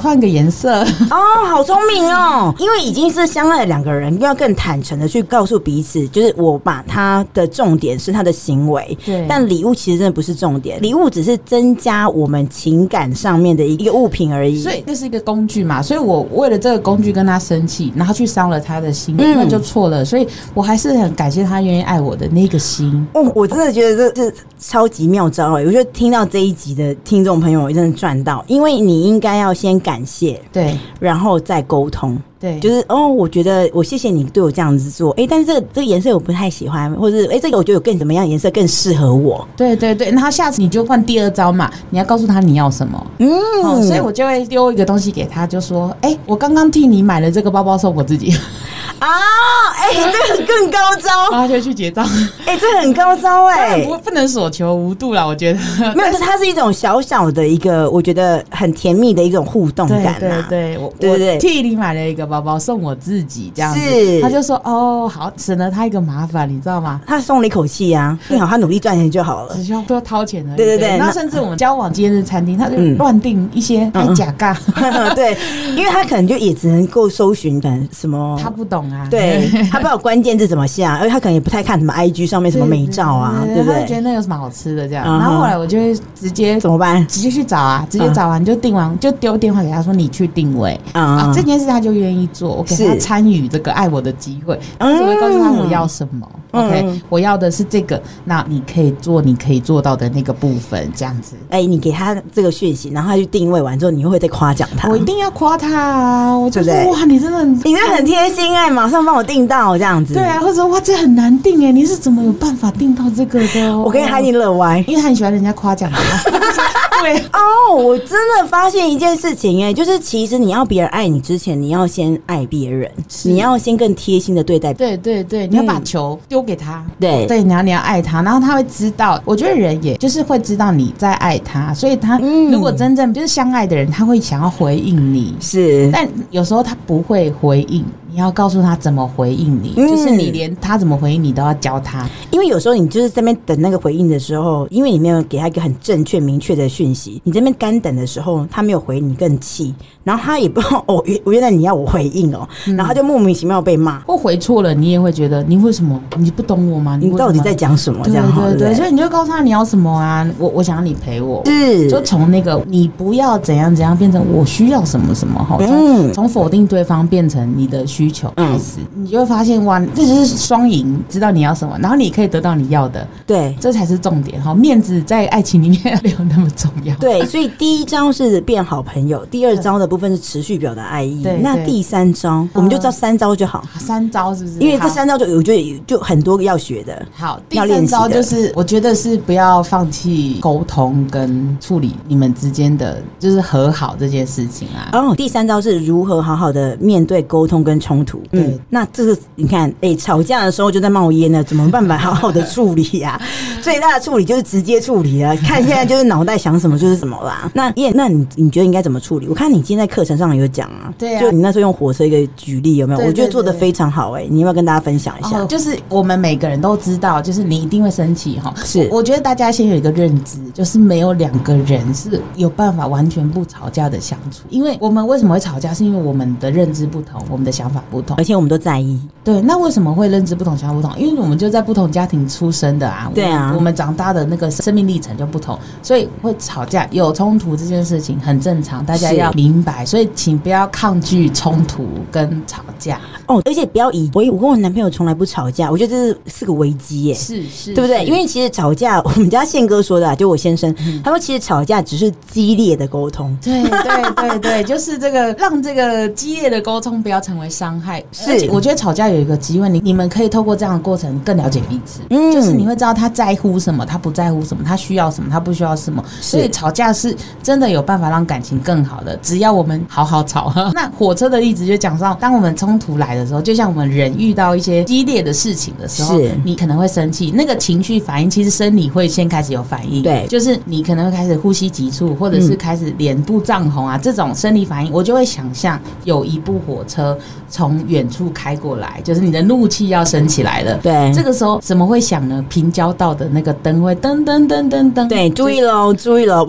Speaker 3: 换个颜色。
Speaker 2: 哦，好聪明哦！因为已经是相爱的两个人，要更坦诚的去告诉彼此，就是我把他的重点是他的行为，
Speaker 3: 对。
Speaker 2: 但礼物其实真的不是重点，礼物只是增加我们情感上面的一个物品而已。
Speaker 3: 所以这是一个工具嘛，所以我为了这个工具跟他生气，然后去伤了他的心，嗯、那就错了。所以我还是很感谢他愿意爱我的那个心。
Speaker 2: 哦，我真的觉得这这超级妙招哎！我觉得听到这一集的听众朋友真的赚到，因为你应该要先感谢，
Speaker 3: 对，
Speaker 2: 然后再沟通。
Speaker 3: 对，
Speaker 2: 就是哦，我觉得我谢谢你对我这样子做，哎、欸，但是这个这个颜色我不太喜欢，或者哎、欸，这个我觉得有更怎么样颜色更适合我。
Speaker 3: 对对对，然后下次你就换第二招嘛，你要告诉他你要什么，嗯、哦，所以我就会丢一个东西给他，就说，哎、欸，我刚刚替你买了这个包包送我自己。
Speaker 2: 啊，哎、欸，这个更高招，
Speaker 3: 然后就去结账。
Speaker 2: 哎、欸，这个很高招哎、欸，
Speaker 3: 不不能所求无度啦，我觉得
Speaker 2: 没有，它是一种小小的一个，我觉得很甜蜜的一种互动感、啊。
Speaker 3: 对对对，我
Speaker 2: 对对对，
Speaker 3: 替你买了一个包包送我自己，这样子，
Speaker 2: 是
Speaker 3: 他就说哦，好，省了他一个麻烦，你知道吗？
Speaker 2: 他松了一口气啊，幸好他努力赚钱就好了，
Speaker 3: 只需要多掏钱而已。
Speaker 2: 对对对，
Speaker 3: 那甚至我们交往纪念日餐厅，他就乱订一些还假尬，
Speaker 2: 嗯、对，因为他可能就也只能够搜寻等什么，
Speaker 3: 他不懂啊，
Speaker 2: 对。他不知道关键字怎么下，而且他可能也不太看什么 I G 上面什么美照啊，对不对？
Speaker 3: 他就觉得那有什么好吃的这样。然后后来我就会直接
Speaker 2: 怎么办？
Speaker 3: 直接去找啊，直接找完就订完，就丢电话给他说你去定位啊，这件事他就愿意做，我给他参与这个爱我的机会，我会告诉他我要什么。OK， 我要的是这个，那你可以做你可以做到的那个部分，这样子。
Speaker 2: 哎，你给他这个讯息，然后他去定位完之后，你会再夸奖他。
Speaker 3: 我一定要夸他啊！我就说哇，你真的很，
Speaker 2: 你真的很贴心哎，马上帮我订到这样子。
Speaker 3: 对啊，或者哇，这很难订哎，你是怎么有办法订到这个的？
Speaker 2: 我跟他一定乐歪，
Speaker 3: 因为他很喜欢人家夸奖他。对
Speaker 2: 哦，我真的发现一件事情哎，就是其实你要别人爱你之前，你要先爱别人，你要先更贴心的对待。
Speaker 3: 对对对，你要把球丢给他，
Speaker 2: 对
Speaker 3: 对，然后你要爱他，然后他会知道。我觉得人也就是会知道你在爱他，所以他如果真正就是相爱的人，他会想要回应你，
Speaker 2: 是，
Speaker 3: 但有时候他不会回应。你要告诉他怎么回应你，嗯、就是你连他怎么回应你都要教他，
Speaker 2: 因为有时候你就是在那边等那个回应的时候，因为你没有给他一个很正确明确的讯息，你这边干等的时候，他没有回你更气，然后他也不知道哦，原来你要我回应哦，嗯、然后他就莫名其妙被骂，
Speaker 3: 或回错了，你也会觉得你为什么你不懂我吗？
Speaker 2: 你, 你到底在讲什么？这样
Speaker 3: 对对 对, 对，所以你就告诉他你要什么啊，我我想要你陪我，
Speaker 2: 是，
Speaker 3: 就从那个你不要怎样怎样变成我需要什么什么哈，从从、嗯、否定对方变成你的需求开始。嗯你就会发现哇，这就是双赢，知道你要什么，然后你可以得到你要的，
Speaker 2: 对，
Speaker 3: 这才是重点哈。面子在爱情里面没有那么重要，
Speaker 2: 对，所以第一招是变好朋友，第二招的部分是持续表达爱意，
Speaker 3: 对，
Speaker 2: 那第三招我们就知道三招就好，
Speaker 3: 呃、三招是不是？
Speaker 2: 因为这三招就我觉得就很多要学的，
Speaker 3: 好，第三招就是我觉得是不要放弃沟通跟处理你们之间的就是和好这件事情啊。
Speaker 2: 哦，第三招是如何好好的面对沟通跟冲突，
Speaker 3: 对。
Speaker 2: 嗯那这个你看，哎、欸，吵架的时候就在冒烟了，怎么办法好好的处理啊？最大的处理就是直接处理啊，看现在就是脑袋想什么就是什么啦。那耶，那你你觉得应该怎么处理？我看你今天在课程上有讲啊，
Speaker 3: 对啊，
Speaker 2: 就你那时候用火车一个举例有没有？对对对，我觉得做得非常好哎、欸，你要不要跟大家分享一下？
Speaker 3: 哦、就是我们每个人都知道，就是你一定会生气哈。
Speaker 2: 是，
Speaker 3: 我觉得大家先有一个认知，就是没有两个人是有办法完全不吵架的相处，因为我们为什么会吵架，是因为我们的认知不同，我们的想法不同，
Speaker 2: 而且我们都在意。
Speaker 3: 对，那为什么会认知不同、想法不同？因为我们就在不同家庭出生的啊，
Speaker 2: 对啊，
Speaker 3: 我们, 我们长大的那个生命历程就不同，所以会吵架、有冲突这件事情很正常，大家要明白。所以请不要抗拒冲突跟吵架
Speaker 2: 哦，而且不要以为我跟我男朋友从来不吵架，我觉得这是是个危机耶，
Speaker 3: 是是，
Speaker 2: 对不对？因为其实吵架，我们家宪哥说的、啊，就我先生，嗯、他说其实吵架只是激烈的沟通，
Speaker 3: 对对对对，就是这个让这个激烈的沟通不要成为伤害。是，我觉得吵架有一个机会，你你们可以透过这样的过程更了解彼此，嗯，就是你会知道他在乎什么，他不在乎什么，他需要什么，他不需要什么。所以吵架是真的有办法让感情更好的，只要我们好好吵。那火车的例子就讲到，当我们冲突来的时候，就像我们人遇到一些激烈的事情的时候，是你可能会生气，那个情绪反应其实生理会先开始有反应，对，就是你可能会开始呼吸急促，或者是开始脸部涨红啊，这种生理反应，我就会想象有一部火车从远处开过来，就是你的怒气要升起来了，对，这个时候怎么会响呢？平交道的那个灯会噔噔噔噔噔，
Speaker 2: 对，注意喽，注意喽，危险来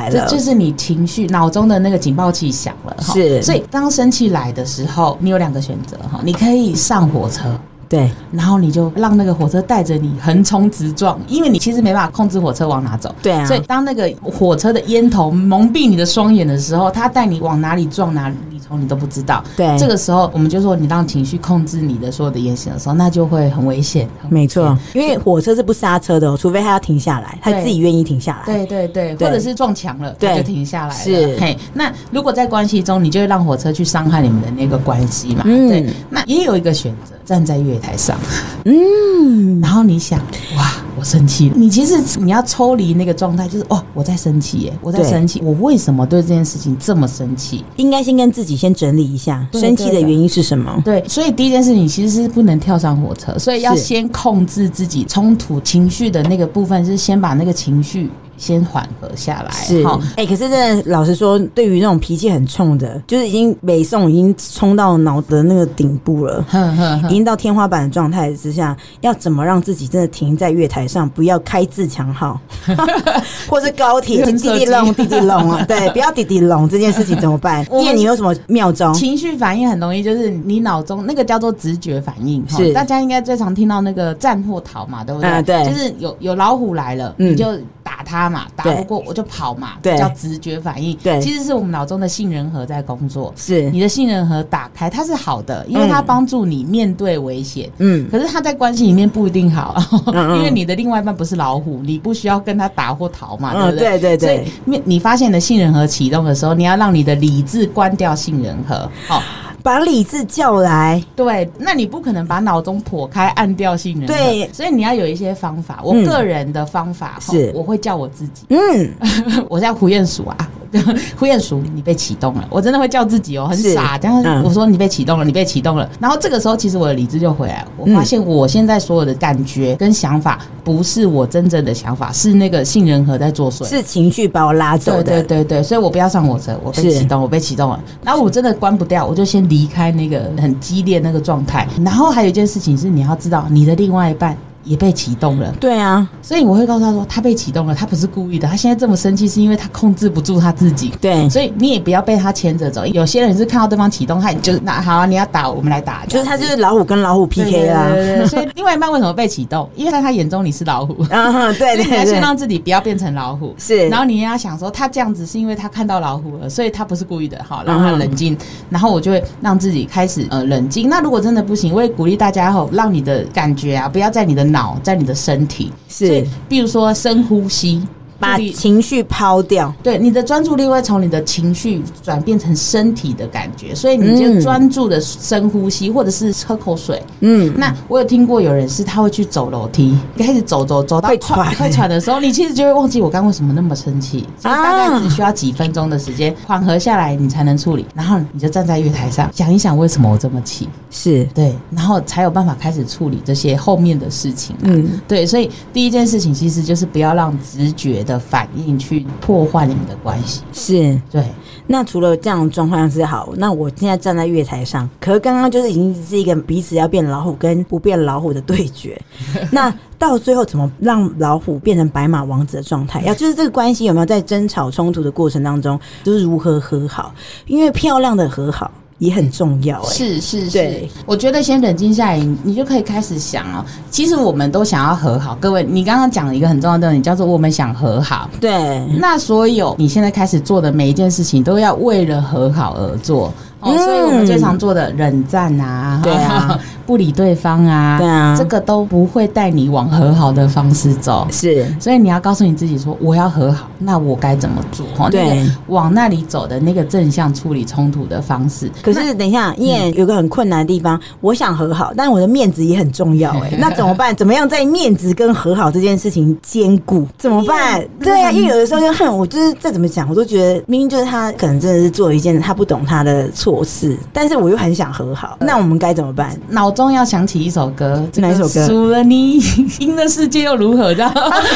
Speaker 2: 来了，
Speaker 3: 这就是你情绪脑中的那个警报器响了。
Speaker 2: 是，
Speaker 3: 所以当生气来的时候，你有两个选择哈，你可以上火车。
Speaker 2: 对，
Speaker 3: 然后你就让那个火车带着你横冲直撞，因为你其实没办法控制火车往哪走。
Speaker 2: 对啊，
Speaker 3: 所以当那个火车的烟头蒙蔽你的双眼的时候，它带你往哪里撞哪里冲你都不知道。
Speaker 2: 对，
Speaker 3: 这个时候我们就说你让情绪控制你的所有的言行的时候，那就会很危险。
Speaker 2: 没错，因为火车是不刹车的哦，除非他要停下来，他自己愿意停下来。
Speaker 3: 对对对，或者是撞墙了，他就停下来了。
Speaker 2: 是，
Speaker 3: 嘿，那如果在关系中，你就会让火车去伤害你们的那个关系嘛？嗯，对。那也有一个选择，站在月台上。嗯，然后你想，哇，我生气了。你其实你要抽离那个状态，就是哦，我在生气耶，我在生气，我为什么对这件事情这么生气？
Speaker 2: 应该先跟自己先整理一下，生气的原因是什么？
Speaker 3: 对，所以第一件事情其实是不能跳上火车，所以要先控制自己冲突情绪的那个部分，是先把那个情绪先缓和下来。
Speaker 2: 是，哎、欸，可是真的老实说，对于那种脾气很冲的，就是已经北宋已经冲到脑的那个顶部了，呵呵呵已经到天花板的状态之下，要怎么让自己真的停在月台上，不要开自强号，或是高铁滴滴隆滴滴隆啊，对，不要滴滴隆这件事情怎么办？因为你有什么妙招？
Speaker 3: 情绪反应很容易，就是你脑中那个叫做直觉反应，是大家应该最常听到那个战或逃嘛，对不对？啊、对，就是有有老虎来了，嗯、你就打它嘛，打不过我就跑嘛，对，叫直觉反应。对，其实是我们脑中的杏仁核在工作。是，你的杏仁核打开，它是好的，因为它帮助你面对危险。嗯，可是它在关系里面不一定好，嗯、因为你的另外一半不是老虎，你不需要跟他打或逃嘛，对不对？嗯、对对对。所以你发现你的杏仁核启动的时候，你要让你的理智关掉杏仁核。好。
Speaker 2: 把理智叫来，
Speaker 3: 对，那你不可能把脑中剖开按掉杏仁核，对，所以你要有一些方法。我个人的方法是，我会叫我自己，嗯，我叫胡彦淑啊，胡彦淑，你被启动了，我真的会叫自己哦，很傻，这样、嗯、我说你被启动了，你被启动了，然后这个时候其实我的理智就回来了，我发现我现在所有的感觉跟想法不是我真正的想法，是那个杏仁核在作祟，
Speaker 2: 是情绪把我拉走的，
Speaker 3: 对对对对，所以我不要上火车，我被启动，我被启动了，然后我真的关不掉，我就先离开那个很激烈那个状态。然后还有一件事情是，你要知道你的另外一半也被启动了。对啊，所以我会告诉他说，他被启动了，他不是故意的，他现在这么生气是因为他控制不住他自己。对，所以你也不要被他牵着走。有些人是看到对方启动，他就那好、啊，你要打，我们来打，
Speaker 2: 就是他就是老虎跟老虎 P K 啦。
Speaker 3: 对对对对，所以另外一半为什么被启动？因为在他眼中你是老虎。
Speaker 2: 啊，对对对，
Speaker 3: 你要先让自己不要变成老虎，是。然后你也要想说，他这样子是因为他看到老虎了，所以他不是故意的，好，让他冷静。嗯、然后我就会让自己开始呃冷静。那如果真的不行，我也鼓励大家后，让你的感觉啊，不要在你的脑，在你的身。身体是，比如说深呼吸，
Speaker 2: 把情绪抛掉。
Speaker 3: 对，你的专注力会从你的情绪转变成身体的感觉，所以你就专注的深呼吸，或者是喝口水。嗯，那我有听过有人是他会去走楼梯，开始走走走到会喘会喘的时候，你其实就会忘记我刚为什么那么生气，所以大概只需要几分钟的时间缓和下来，你才能处理。然后你就站在月台上想一想为什么我这么气，是对，然后才有办法开始处理这些后面的事情。嗯，对，所以第一件事情其实就是不要让直觉的反应去破坏你们的关系。是，对。
Speaker 2: 那除了这样的状况是好，那我现在站在月台上，可是刚刚就是已经是一个彼此要变老虎跟不变老虎的对决。那到最后怎么让老虎变成白马王子的状态？要就是这个关系有没有在争吵冲突的过程当中，就是如何和好？因为漂亮的和好也很重要。欸、
Speaker 3: 是是是，我觉得先冷静下来，你就可以开始想哦。其实我们都想要和好，各位，你刚刚讲了一个很重要的点，叫做我们想和好。对，那所有你现在开始做的每一件事情，都要为了和好而做。哦，所以我们最常做的冷战啊，对啊，不理对方啊，对啊，这个都不会带你往和好的方式走。是，所以你要告诉你自己说，我要和好，那我该怎么做？对，那个往那里走的那个正向处理冲突的方式。
Speaker 2: 可是等一下，因为有个很困难的地方，我想和好，但我的面子也很重要。哎，那怎么办？怎么样在面子跟和好这件事情兼顾？怎么办？对啊，因为有的时候就恨我，就是再怎么讲，我都觉得明明就是他可能真的是做了一件他不懂他的错。是，但是我又很想和好，那我们该怎么办？
Speaker 3: 脑中要想起一首歌，
Speaker 2: 哪一首歌？
Speaker 3: 输了你，赢的世界又如何？这样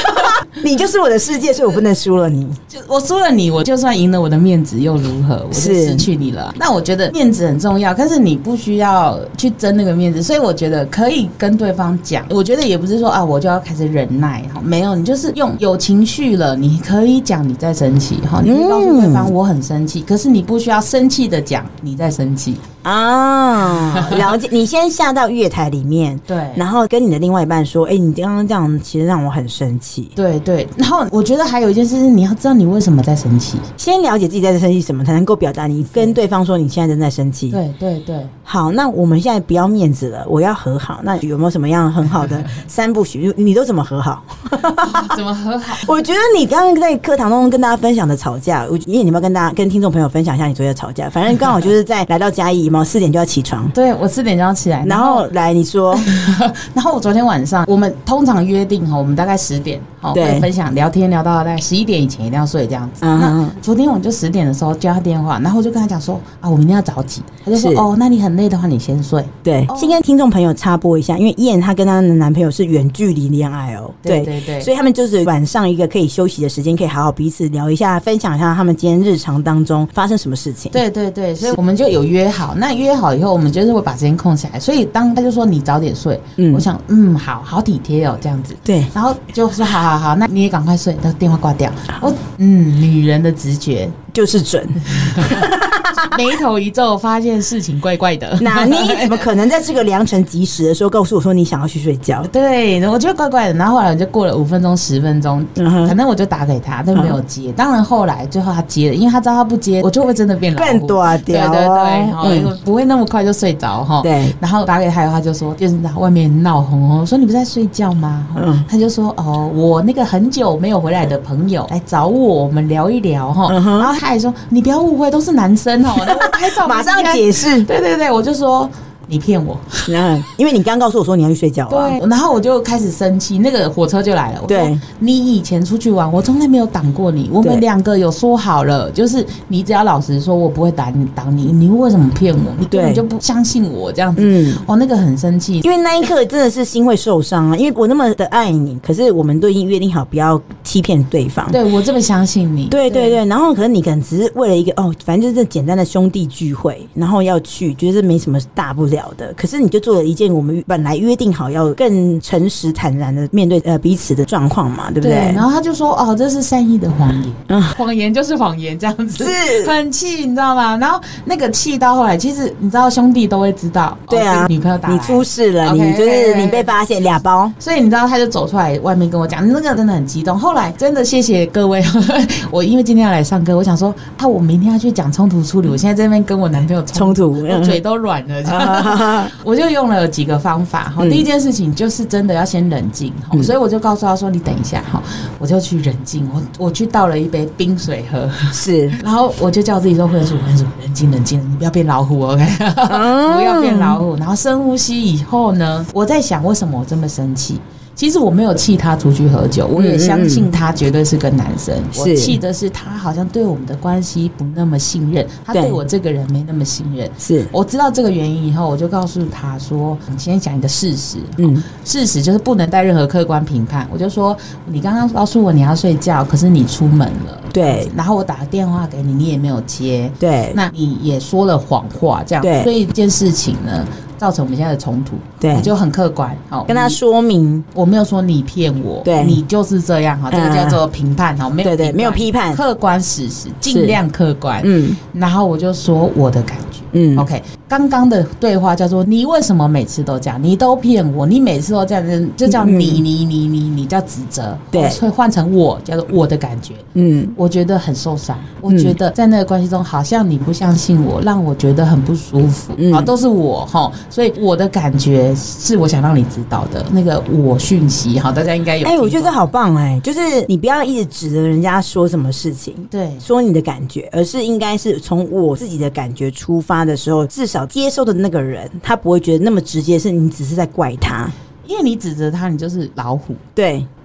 Speaker 2: 你就是我的世界，所以我不能输了你。
Speaker 3: 就我输了你，我就算赢了我的面子又如何？我就失去你了。那我觉得面子很重要，但是你不需要去争那个面子，所以我觉得可以跟对方讲。我觉得也不是说啊，我就要开始忍耐哈，没有，你就是用有情绪了，你可以讲你在生气哈，你可以告诉对方我很生气，可是你不需要生气的讲你在生气
Speaker 2: 啊。了解，你先下到月台里面，
Speaker 3: 对，
Speaker 2: 然后跟你的另外一半说，哎、欸，你刚刚这样其实让我很生气。
Speaker 3: 对对，然后我觉得还有一件事是你要知道你为什么在生气，
Speaker 2: 先了解自己在生气什么，才能够表达你跟对方说你现在正在生气。
Speaker 3: 对对对，
Speaker 2: 好，那我们现在不要面子了，我要和好。那有没有什么样很好的三部曲？你都怎么和好？
Speaker 3: 怎么和好？
Speaker 2: 我觉得你刚刚在课堂中跟大家分享的吵架，我因为你要跟大家跟听众朋友分享一下你昨天的吵架。反正刚好就是在来到嘉义嘛，四点就要起床。
Speaker 3: 对，我四点就要起来。
Speaker 2: 然后来你说，
Speaker 3: 然后我昨天晚上我们通常约定哈，我们大概十点哦会分享聊天聊到大概十一点以前一定要睡这样子。嗯、那昨天我就十点的时候接他电话，然后我就跟他讲说啊，我明天要早起。他就说哦，那你很累的话你先睡。
Speaker 2: 对，哦、先跟听众朋友插播一下，因为燕她跟她的男朋友是远距离恋爱哦，
Speaker 3: 对对对，
Speaker 2: 所以他们就是晚上一个可以休息的时间，可以好好彼此聊一下，分享一下他们今天日常当中发生什么事情。
Speaker 3: 对对对，所以我们就有约好，那约好以后，我们就是会把时间空下来。所以当他就说你早点睡，嗯，我想嗯好好体贴哦这样子，
Speaker 2: 对，
Speaker 3: 然后就说好好好，那你也赶快睡，然后电话挂掉。我嗯，女人的直觉
Speaker 2: 就是准。
Speaker 3: 眉头一皱，发现事情怪怪的。
Speaker 2: 那你怎么可能在这个良辰吉时的时候告诉我说你想要去睡觉？
Speaker 3: 对，我觉得怪怪的。然后后来我就过了五分钟、十分钟，嗯、反正我就打给他，但没有接。嗯、当然后来最后他接了，因为他知道他不接，我就会真的变老虎，
Speaker 2: 更多掉。
Speaker 3: 对对对，嗯、不会那么快就睡着哈。
Speaker 2: 对。
Speaker 3: 然后打给他以后，他就说，就是外面闹哄哄，说你不是在睡觉吗？嗯。他就说哦，我那个很久没有回来的朋友来找我，我们聊一聊哈。嗯、然后他还说你不要误会，都是男生哦。我拍照
Speaker 2: 马上解释，
Speaker 3: 对对对，我就说你骗我，
Speaker 2: 因为你刚告诉我说你要去睡觉、啊，
Speaker 3: 对，然后我就开始生气，那个火车就来了。
Speaker 2: 对，
Speaker 3: 你以前出去玩，我从来没有挡过你，我们两个有说好了，就是你只要老实说，我不会打你挡你，你为什么骗我？你根本就不相信我这样子。嗯，哦，那个很生气，
Speaker 2: 因为那一刻真的是心会受伤啊，因为我那么的爱你，可是我们都已经约定好不要欺骗对方。
Speaker 3: 对，我这么相信你。
Speaker 2: 对对 对, 对，然后可能你可能只是为了一个哦，反正就是简单的兄弟聚会，然后要去，觉得没什么大不了的，可是你就做了一件我们本来约定好要更诚实坦然的面对呃彼此的状况嘛，对不对？
Speaker 3: 对。然后他就说哦，这是善意的谎言，嗯，谎言就是谎言，这样子是很气，你知道吗？然后那个气到后来，其实你知道兄弟都会知道，
Speaker 2: 对啊，
Speaker 3: 哦、女朋友打来
Speaker 2: 你出事了， okay, 你就是你被发现俩包，
Speaker 3: 所以你知道他就走出来外面跟我讲，那个真的很激动。后来真的谢谢各位，我因为今天要来上课，我想说啊，我明天要去讲冲突处理，我现在在那边跟我男朋友冲突，我嘴都软了，这样我就用了几个方法。嗯、第一件事情就是真的要先冷静，嗯、所以我就告诉他说：“你等一下，我就去冷静，我我去倒了一杯冰水喝，
Speaker 2: 是，
Speaker 3: 然后我就叫自己说：‘会说，会说，冷静，冷静，你不要变老虎 ，OK，、嗯、不要变老虎。’然后深呼吸以后呢，我在想为什么我这么生气。”其实我没有气他出去喝酒，我也相信他绝对是个男生。嗯嗯我气的是他好像对我们的关系不那么信任，他对我这个人没那么信任。是，我知道这个原因以后，我就告诉他说：“你先讲一个事实，嗯，事实就是不能带任何客观评判。”我就说：“你刚刚告诉我你要睡觉，可是你出门了，
Speaker 2: 对，
Speaker 3: 然后我打个电话给你，你也没有接，
Speaker 2: 对，
Speaker 3: 那你也说了谎话，这样，对，所以这件事情呢。”造成我们现在的冲突，对，我就很客观，好，
Speaker 2: 跟他说明，
Speaker 3: 我没有说你骗我，对，你就是这样，哈，这个叫做评判，哈，没有，对对，
Speaker 2: 没有批判，
Speaker 3: 客观事实，尽量客观，嗯，然后我就说我的感觉，嗯 ，OK， 刚刚的对话叫做你为什么每次都这样，你都骗我，你每次都这样，就叫你你你你你叫指责，对，所以换成我叫做我的感觉，嗯，我觉得很受伤，我觉得在那个关系中好像你不相信我，让我觉得很不舒服，啊，都是我哈。所以我的感觉是我想让你知道的那个我讯息，好，大家应该有。
Speaker 2: 哎、欸，我觉得这好棒哎、欸，就是你不要一直指着人家说什么事情，对，说你的感觉，而是应该是从我自己的感觉出发的时候，至少接收的那个人，他不会觉得那么直接，是你只是在怪他。
Speaker 3: 因为你指责他，你就是老虎。
Speaker 2: 对，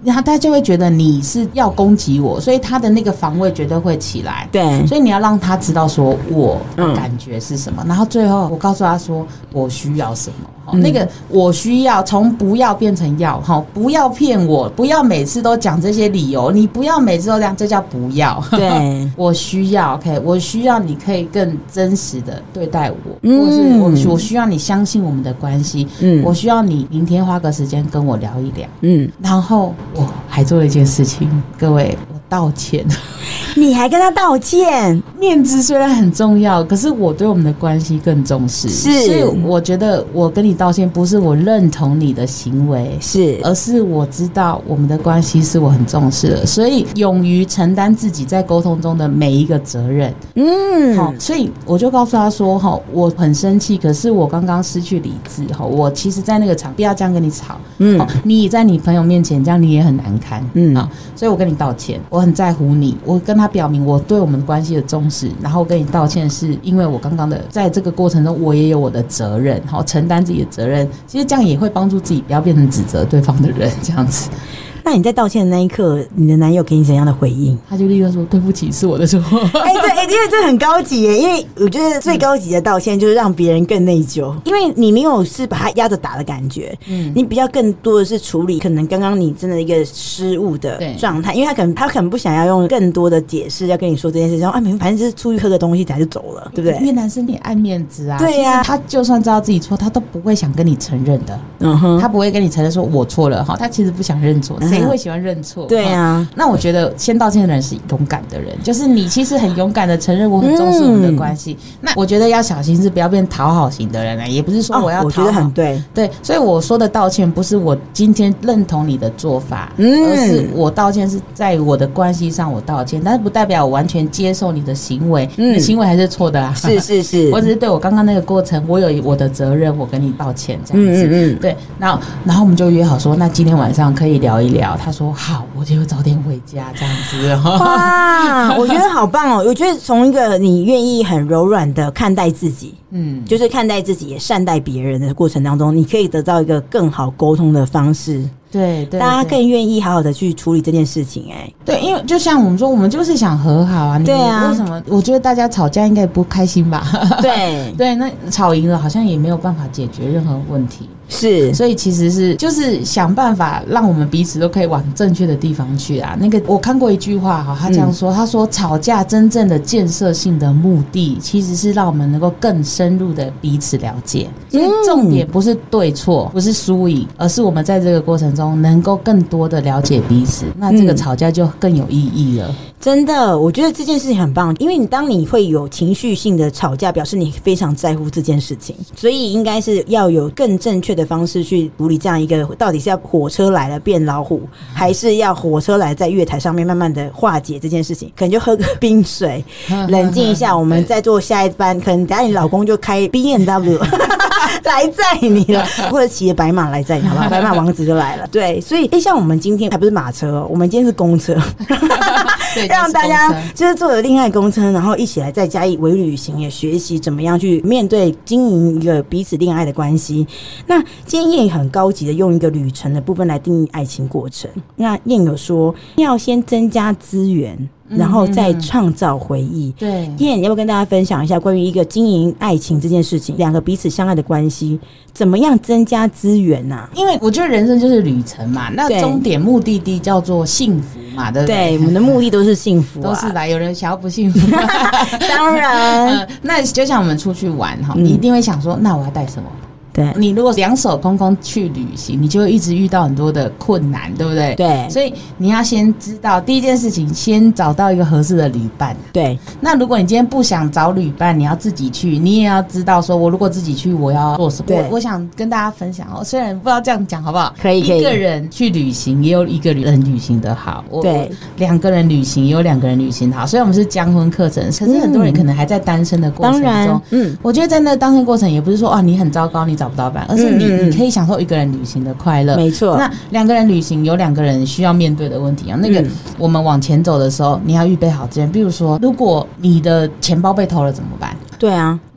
Speaker 3: 然后他就会觉得你是要攻击我，所以他的那个防卫绝对会起来。
Speaker 2: 对，
Speaker 3: 所以你要让他知道说我的感觉是什么，嗯、然后最后我告诉他说我需要什么。嗯、那个我需要从不要变成要，不要骗我，不要每次都讲这些理由，你不要每次都这样，这叫不要。
Speaker 2: 对，
Speaker 3: 我需要 OK， 我需要你可以更真实的对待我，嗯、或是我我需要你相信我们的关系，嗯，我需要你明天花个时间跟我聊一聊，嗯，然后我还做了一件事情，各位，我道歉。
Speaker 2: 你还跟他道歉？
Speaker 3: 面子虽然很重要，可是我对我们的关系更重视，
Speaker 2: 是，
Speaker 3: 所以我觉得我跟你道歉不是我认同你的行为，
Speaker 2: 是，
Speaker 3: 而是我知道我们的关系是我很重视的，所以勇于承担自己在沟通中的每一个责任。嗯，好，所以我就告诉他说，哈，我很生气，可是我刚刚失去理智，哈，我其实在那个场不要这样跟你吵，嗯，你在你朋友面前这样你也很难堪，嗯啊，所以我跟你道歉，我很在乎你，我跟他表明我对我们关系的重视，然后跟你道歉是因为我刚刚的在这个过程中我也有我的责任，好，承担自己的责任，其实这样也会帮助自己不要变成指责对方的人，这样子。
Speaker 2: 那你在道歉的那一刻，你的男友给你怎样的回应？
Speaker 3: 他就立刻说对不起，是我的错。
Speaker 2: 哎、欸，对，哎、欸，因为这很高级耶，因为我觉得最高级的道歉就是让别人更内疚，因为你没有是把他压着打的感觉，嗯，你比较更多的是处理可能刚刚你真的一个失误的状态，因为他可能他可能不想要用更多的解释要跟你说这件事情，啊，反正就是出去喝个东西他就走了，对不对？
Speaker 3: 因为男生也爱面子啊，
Speaker 2: 对呀、啊，
Speaker 3: 他就算知道自己错，他都不会想跟你承认的，嗯哼，他不会跟你承认说我错了，哈，他其实不想认错，谁、嗯、会喜欢认错？
Speaker 2: 对啊，
Speaker 3: 那我觉得先道歉的人是勇敢的人，就是你其实很勇敢的承认我很重视我们的关系、嗯。那我觉得要小心是不要变讨好型的人啊，也不是说我要讨好、哦，我觉
Speaker 2: 得很对，
Speaker 3: 对，所以我说的道歉不是我今天认同你的做法，嗯，而是我道歉是在我的关系上我道歉，但是不代表我完全接受你的行为，嗯、你的行为还是错的啊，
Speaker 2: 是是是，
Speaker 3: 我只是对我刚刚那个过程我有我的责任，我跟你道歉这样子，嗯嗯嗯，对，然后然后我们就约好说，那今天晚上可以聊一聊，他说好。我就早点回家，这样子。
Speaker 2: 哇，我觉得好棒哦！我觉得从一个你愿意很柔软的看待自己，嗯，就是看待自己也善待别人的过程当中，你可以得到一个更好沟通的方式。
Speaker 3: 对 对, 对，
Speaker 2: 大家更愿意好好的去处理这件事情、欸。哎，
Speaker 3: 对，因为就像我们说，我们就是想和好啊。
Speaker 2: 对啊，
Speaker 3: 为什么？我觉得大家吵架应该不开心吧？
Speaker 2: 对
Speaker 3: 对，那吵赢了好像也没有办法解决任何问题。
Speaker 2: 是，
Speaker 3: 所以其实是就是想办法让我们彼此都可以往正确的地方去啊。那个我看过一句话哈，他这样说，嗯、他说吵架真正的建设性的目的，其实是让我们能够更深入的彼此了解。所以重点不是对错，不是输赢，而是我们在这个过程中能够更多的了解彼此，那这个吵架就更有意义了。
Speaker 2: 真的，我觉得这件事情很棒，因为你当你会有情绪性的吵架，表示你非常在乎这件事情，所以应该是要有更正确的方式去处理这样一个，到底是要火车来了变老虎，还是要火车来在月台上面慢慢的化解这件事情？可能就喝个冰水，冷静一下，我们再坐下一班，可能等一下你老公就开 B M W 来载你了，或者骑着白马来载你，好不好？白马王子就来了。对，所以哎，像我们今天还不是马车哦，我们今天是公车。让大家就是坐着恋爱公车，然后一起来在嘉义微旅行，也学习怎么样去面对经营一个彼此恋爱的关系。那今天燕很高级的用一个旅程的部分来定义爱情过程。那燕有说要先增加资源，然后再创造回忆。嗯、对，燕要不要跟大家分享一下关于一个经营爱情这件事情，两个彼此相爱的关系，怎么样增加资源啊？
Speaker 3: 因为我觉得人生就是旅程嘛，那终点目的地叫做幸福嘛，对不对？
Speaker 2: 对，我们的目的都是幸福、啊，
Speaker 3: 都是来。有人想要不幸福，
Speaker 2: 当然、
Speaker 3: 呃。那就像我们出去玩哈，你一定会想说，那我要带什么？
Speaker 2: 对，
Speaker 3: 你如果两手空空去旅行，你就会一直遇到很多的困难，对不对？
Speaker 2: 对，
Speaker 3: 所以你要先知道第一件事情，先找到一个合适的旅伴。
Speaker 2: 对，
Speaker 3: 那如果你今天不想找旅伴，你要自己去，你也要知道说，我如果自己去，我要做什么？对，我想跟大家分享哦，虽然不知道这样讲好不好？
Speaker 2: 可以，可以。
Speaker 3: 一个人去旅行也有一个人旅行的好，
Speaker 2: 对，
Speaker 3: 两个人旅行也有两个人旅行的好。虽然我们是将婚课程，可是很多人可能还在单身的过程中。当然，嗯，我觉得在那单身过程也不是说啊你很糟糕，你找不到伴，而是你。你可以享受一个人旅行的快乐，
Speaker 2: 没错。
Speaker 3: 那两个人旅行有两个人需要面对的问题啊。那个我们往前走的时候，你要预备好这样。比如说，如果你的钱包被偷了怎么办？
Speaker 2: 对啊。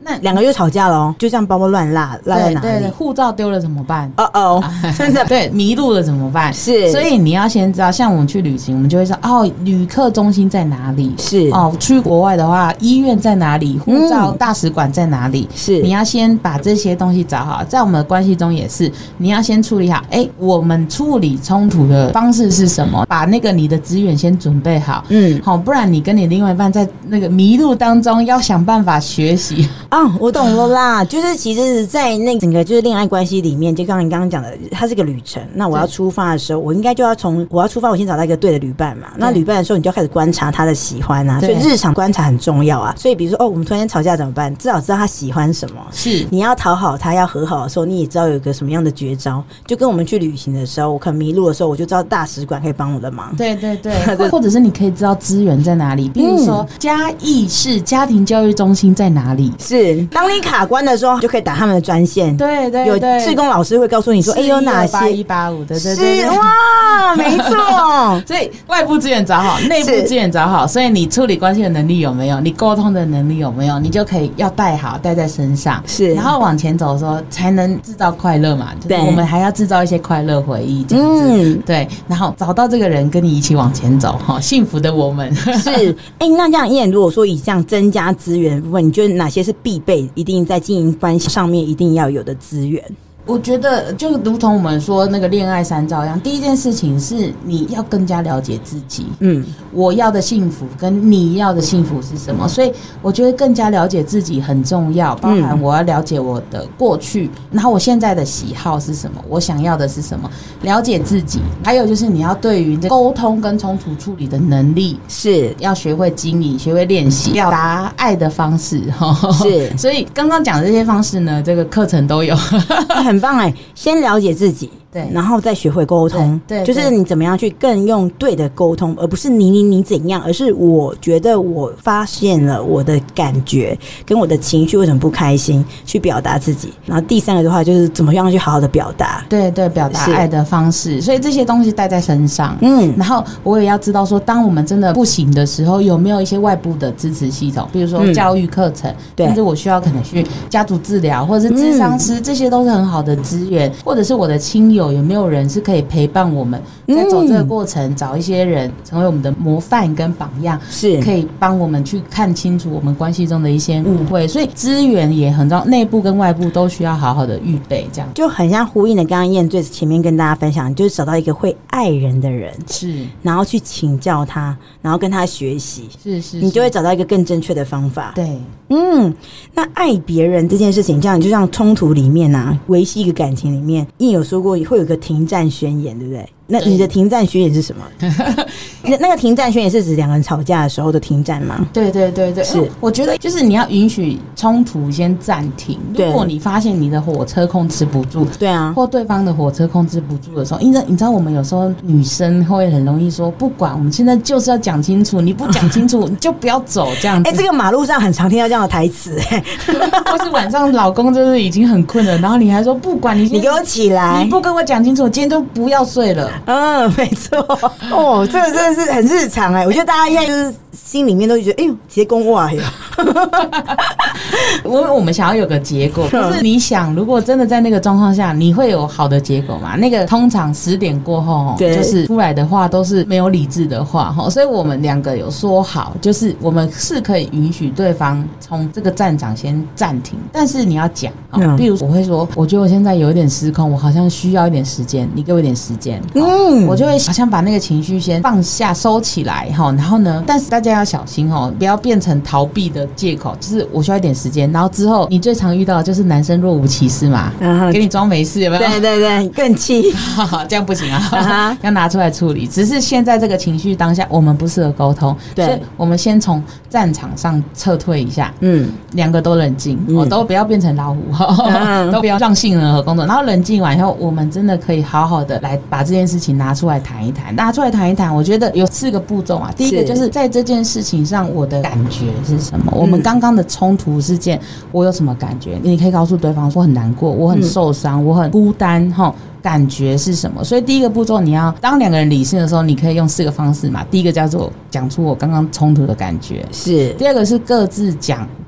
Speaker 2: 那两个就吵架咯，就这样包包乱落落在哪里？
Speaker 3: 对对，护照丢了怎么办？
Speaker 2: 哦哦，真的
Speaker 3: 对，迷路了怎么办？
Speaker 2: 是，
Speaker 3: 所以你要先知道，像我们去旅行，我们就会说哦，旅客中心在哪里？
Speaker 2: 是
Speaker 3: 哦，去国外的话，医院在哪里？护照大使馆在哪里？
Speaker 2: 是，
Speaker 3: 你要先把这些东西找好。在我们的关系中也是，你要先处理好。哎，我们处理冲突的方式是什么？把那个你的资源先准备好，嗯，好，不然你跟你另外一半在那个迷路当中，要想办法学习
Speaker 2: 啊。我懂了啦，就是其实，在那整个就是恋爱关系里面，就刚刚你刚刚讲的，它是个旅程。那我要出发的时候，我应该就要从我要出发，我先找到一个对的旅伴嘛。那旅伴的时候，你就要开始观察他的喜欢啊，所以日常观察很重要啊。所以比如说，哦，我们突然间吵架怎么办？至少知道他喜欢什么。
Speaker 3: 是，
Speaker 2: 你要讨好他，要和好的时候，你也知道有一个什么样的绝招。就跟我们去旅行的时候，我可能迷路的时候，我就知道大使馆可以帮我的忙。
Speaker 3: 对对对，或者是你可以知道资源在哪里，比如说嘉义市家庭教育中心在哪里。
Speaker 2: 是，当你卡关的时候，就可以打他们的专线。
Speaker 3: 对对对，
Speaker 2: 有志工老师会告诉你说，哎，有哪些
Speaker 3: 八一八五，对对对，
Speaker 2: 是哇，没错。
Speaker 3: 所以外部资源找好，内部资源找好，所以你处理关系的能力有没有？你沟通的能力有没有？你就可以要带好，带在身上。是，然后往前走的时候，才能制造快乐嘛。对，我们还要制造一些快乐回忆，这样子。嗯，对。然后找到这个人跟你一起往前走，哈，幸福的我们。
Speaker 2: 是，哎、欸，那这样燕，如果说以这样增加资源的部分，你觉得哪些是必备，一定在经营关系上面一定要有的资源？
Speaker 3: 我觉得就如同我们说那个恋爱三招一样，第一件事情是你要更加了解自己，嗯，我要的幸福跟你要的幸福是什么，所以我觉得更加了解自己很重要，包含我要了解我的过去，然后我现在的喜好是什么，我想要的是什么，了解自己，还有就是你要对于沟通跟冲突处理的能力是要学会经营，学会练习，表达爱的方式，是，所以刚刚讲的这些方式呢，这个课程都有。
Speaker 2: 很棒哎，先了解自己，对，然后再学会沟通，对，对，就是你怎么样去更用对的沟通，而不是你你你怎样，而是我觉得我发现了我的感觉跟我的情绪为什么不开心，去表达自己。然后第三个的话就是怎么样去好好的表达，
Speaker 3: 对对，表达爱的方式。所以这些东西带在身上，嗯，然后我也要知道说，当我们真的不行的时候，有没有一些外部的支持系统，比如说教育课程，对、嗯，甚至我需要可能去家族治疗或者是諮商师、嗯，这些都是很好的资源，或者是我的亲友有没有人是可以陪伴我们在走这个过程，嗯、找一些人成为我们的模范跟榜样，是可以帮我们去看清楚我们关系中的一些误会，所以资源也很重要，内部跟外部都需要好好的预备，这样
Speaker 2: 就很像呼应的刚刚燕最前面跟大家分享，就是找到一个会爱人的人，是，然后去请教他，然后跟他学习，是 是, 是，你就会找到一个更正确的方法。对，嗯，那爱别人这件事情，这样就像冲突里面啊，维系一个感情里面，燕有说过会有一个停战宣言，对不对？那你的停战宣言是什么？那个停战宣言是指两个人吵架的时候的停战吗？
Speaker 3: 对对对对，是。我觉得就是你要允许冲突先暂停。如果你发现你的火车控制不住，对啊，或对方的火车控制不住的时候，因为你知道我们有时候女生会很容易说，不管我们现在就是要讲清楚，你不讲清楚你就不要走这样子。
Speaker 2: 哎、欸，这个马路上很常听到这样的台词、欸，
Speaker 3: 或是晚上老公就是已经很困了，然后你还说不管你，
Speaker 2: 你给我起来，
Speaker 3: 你不跟我讲清楚，我今天都不要睡了。
Speaker 2: 嗯，没错。哦，这个真的是很日常哎、欸，我觉得大家应该就是心里面都觉得，哎呦，直接公话呀。
Speaker 3: 因为我们想要有个结果，可是你想，如果真的在那个状况下，你会有好的结果吗？那个通常十点过后，就是出来的话都是没有理智的话，所以我们两个有说好，就是我们是可以允许对方从这个战场先暂停，但是你要讲，嗯，比如我会说，我觉得我现在有一点失控，我好像需要一点时间，你给我一点时间，嗯，我就会好像把那个情绪先放下收起来，然后呢，但是大家要小心哦，不要变成逃避的借口，就是我需要一点时间，然后之后你最常遇到的就是男生若无其事嘛，嗯、给你装没事，有没有？
Speaker 2: 对对对，更气，
Speaker 3: 这样不行啊，要拿出来处理。只是现在这个情绪当下，我们不适合沟通，对，所以我们先从战场上撤退一下，嗯，两个都冷静，嗯、都不要变成老虎，嗯、都不要让性人和工作，然后冷静完以后，我们真的可以好好的来把这件事情拿出来谈一谈，拿出来谈一谈。我觉得有四个步骤啊，第一个就是在这件事情上我的感觉是什么，嗯、我们刚刚的冲突事件我有什么感觉，你可以告诉对方说很难过，我很受伤，嗯、我很孤单齁，感觉是什么？所以第一个步骤，你要当两个人理性的时候，你可以用四个方式嘛。第一个叫做讲出我刚刚冲突的感觉，是；第二个是各自讲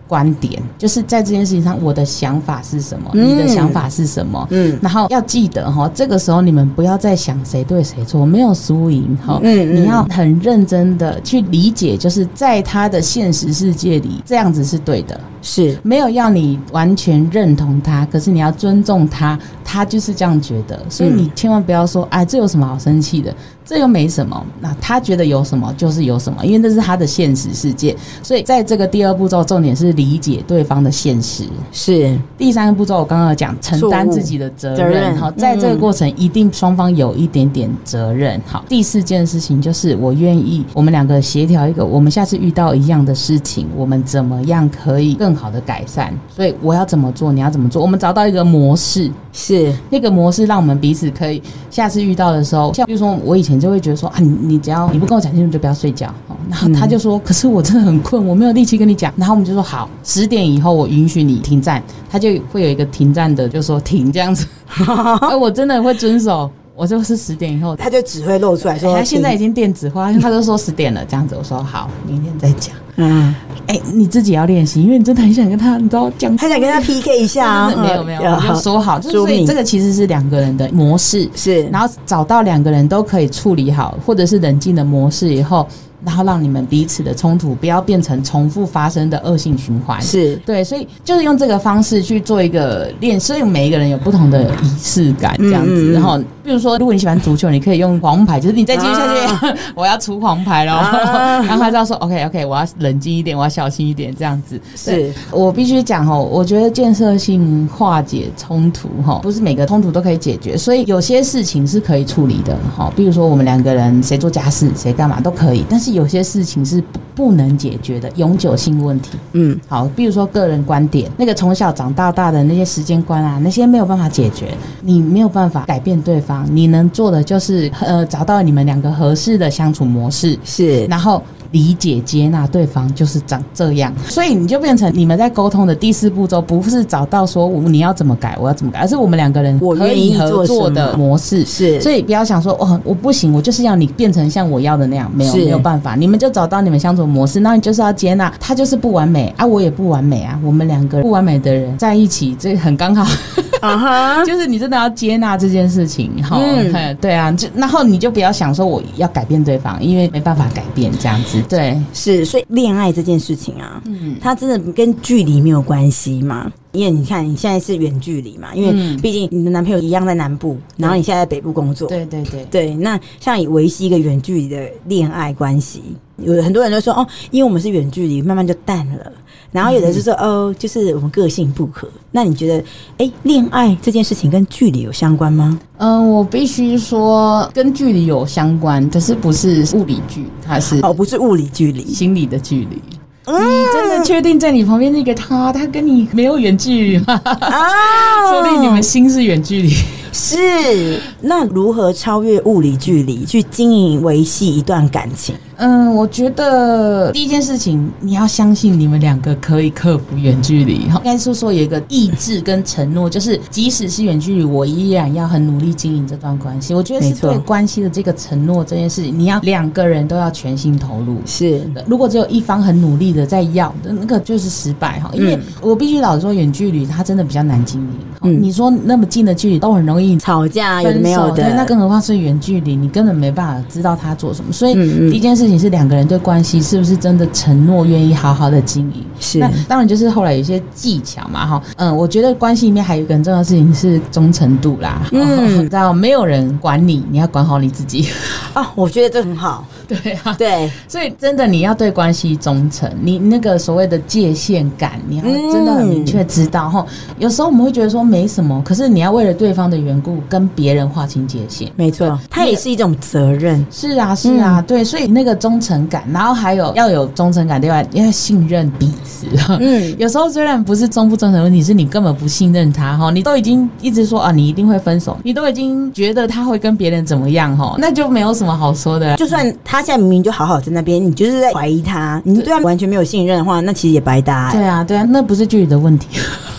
Speaker 3: 观点，就是在这件事情上我的想法是什么、嗯、你的想法是什么，嗯，然后要记得齁，这个时候你们不要再想谁对谁错，没有输赢齁，嗯，你要很认真的去理解，就是在他的现实世界里这样子是对的，
Speaker 2: 是
Speaker 3: 没有要你完全认同他，可是你要尊重他，他就是这样觉得，所以你千万不要说哎，这有什么好生气的，这又没什么，那他觉得有什么就是有什么，因为这是他的现实世界。所以在这个第二步骤，重点是理解对方的现实。
Speaker 2: 是
Speaker 3: 第三个步骤，我刚刚有讲承担自己的责任。好，在这个过程一定双方有一点点责任。好，第四件事情就是我愿意，我们两个协调一个，我们下次遇到一样的事情，我们怎么样可以更好的改善？所以我要怎么做，你要怎么做？我们找到一个模式，
Speaker 2: 是
Speaker 3: 那个模式，让我们彼此可以下次遇到的时候，像比如说我以前就会觉得说啊，你你只要你不跟我讲清楚就不要睡觉，然后他就说、嗯、可是我真的很困，我没有力气跟你讲，然后我们就说好，十点以后我允许你停站，他就会有一个停站的，就说停这样子，而我真的会遵守。我就是十点以后，
Speaker 2: 他就只会露出来说，
Speaker 3: 他现在已经电子化，他就说十点了这样子。我说好，明天再讲。嗯，哎、欸，你自己要练习，因为你真的很想跟他，你知道讲，
Speaker 2: 他想跟他 P K 一下啊。
Speaker 3: 没有没有，我就说好，就是所以这个其实是两个人的模式，
Speaker 2: 是，
Speaker 3: 然后找到两个人都可以处理好，或者是冷静的模式以后。然后让你们彼此的冲突不要变成重复发生的恶性循环，是对，所以就是用这个方式去做一个练，所以每一个人有不同的仪式感这样子。嗯嗯嗯，然后，比如说，如果你喜欢足球，你可以用黄牌，就是你再继续下去，啊、我要出黄牌了，啊、然后他就要说 OK OK， 我要冷静一点，我要小心一点，这样子。是我必须讲哦，我觉得建设性化解冲突哈，不是每个冲突都可以解决，所以有些事情是可以处理的哈，比如说我们两个人谁做家事，谁干嘛都可以，但是有些事情是不能解决的永久性问题。嗯，好，比如说个人观点，那个从小长到大的那些时间观啊，那些没有办法解决，你没有办法改变对方，你能做的就是呃找到你们两个合适的相处模式，是，然后理解接纳对方就是长这样，所以你就变成你们在沟通的第四步骤，不是找到说你要怎么改我要怎么改，而是我们两个人可以合作的模式。是，所以不要想说哦我不行，我就是要你变成像我要的那样，没有没有办法，你们就找到你们相处模式，那你就是要接纳他就是不完美啊，我也不完美啊，我们两个不完美的人在一起，这很刚好。Uh-huh. 就是你真的要接纳这件事情，嗯，对啊，就然后你就不要想说我要改变对方，因为没办法改变这样子，对，
Speaker 2: 是，所以恋爱这件事情啊，嗯，它真的跟距离没有关系嘛。因为你看你现在是远距离嘛，因为毕竟你的男朋友一样在南部，然后你现在在北部工作，
Speaker 3: 对对对
Speaker 2: 对，那像你维系一个远距离的恋爱关系，有很多人都说哦，因为我们是远距离，慢慢就淡了。然后有的就说、嗯、哦，就是我们个性不合。那你觉得，哎，恋爱这件事情跟距离有相关吗？
Speaker 3: 嗯、呃，我必须说跟距离有相关，可是不是物理距，它是
Speaker 2: 哦，不是物理距离，
Speaker 3: 心理的距离。你真的确定在你旁边那个他，他跟你没有远距离吗？啊，说不定你们心是远距离。
Speaker 2: 是，那如何超越物理距离，去经营维系一段感情？
Speaker 3: 嗯，我觉得第一件事情，你要相信你们两个可以克服远距离。应该是说有一个意志跟承诺，就是即使是远距离，我依然要很努力经营这段关系。我觉得是对关系的这个承诺这件事情，你要两个人都要全心投入。是，如果只有一方很努力的在要的那个就是失败哈。因为我必须老实说，远距离它真的比较难经营。嗯，你说那么近的距离都很容易
Speaker 2: 吵架，有没有的？
Speaker 3: 对，那更何况是远距离，你根本没办法知道他做什么。所以第一件事情是两个人对关系是不是真的承诺，愿意好好的经营。是，那当然就是后来有些技巧嘛，哈，嗯，我觉得关系里面还有一个很重要的事情是忠诚度啦。嗯，知道没有人管你，你要管好你自己。
Speaker 2: 哦，我觉得这很好。
Speaker 3: 对啊，
Speaker 2: 对，
Speaker 3: 所以真的你要对关系忠诚，你那个所谓的界限感，你要真的很明确知道哈、嗯。有时候我们会觉得说没什么，可是你要为了对方的缘故跟别人划清界限。
Speaker 2: 没错，它也是一种责任。
Speaker 3: 是啊，是啊，嗯、对，所以那个忠诚感，然后还有要有忠诚感，对吧？要信任彼此。嗯，有时候虽然不是忠不忠诚的问题，是你根本不信任他哈，你都已经一直说啊，你一定会分手，你都已经觉得他会跟别人怎么样哈，那就没有什么好说的。
Speaker 2: 就算他现在明明就好好在那边，你就是在怀疑他，你对他完全没有信任的话，那其实也白搭、欸。
Speaker 3: 对啊，对啊，那不是距离的问题。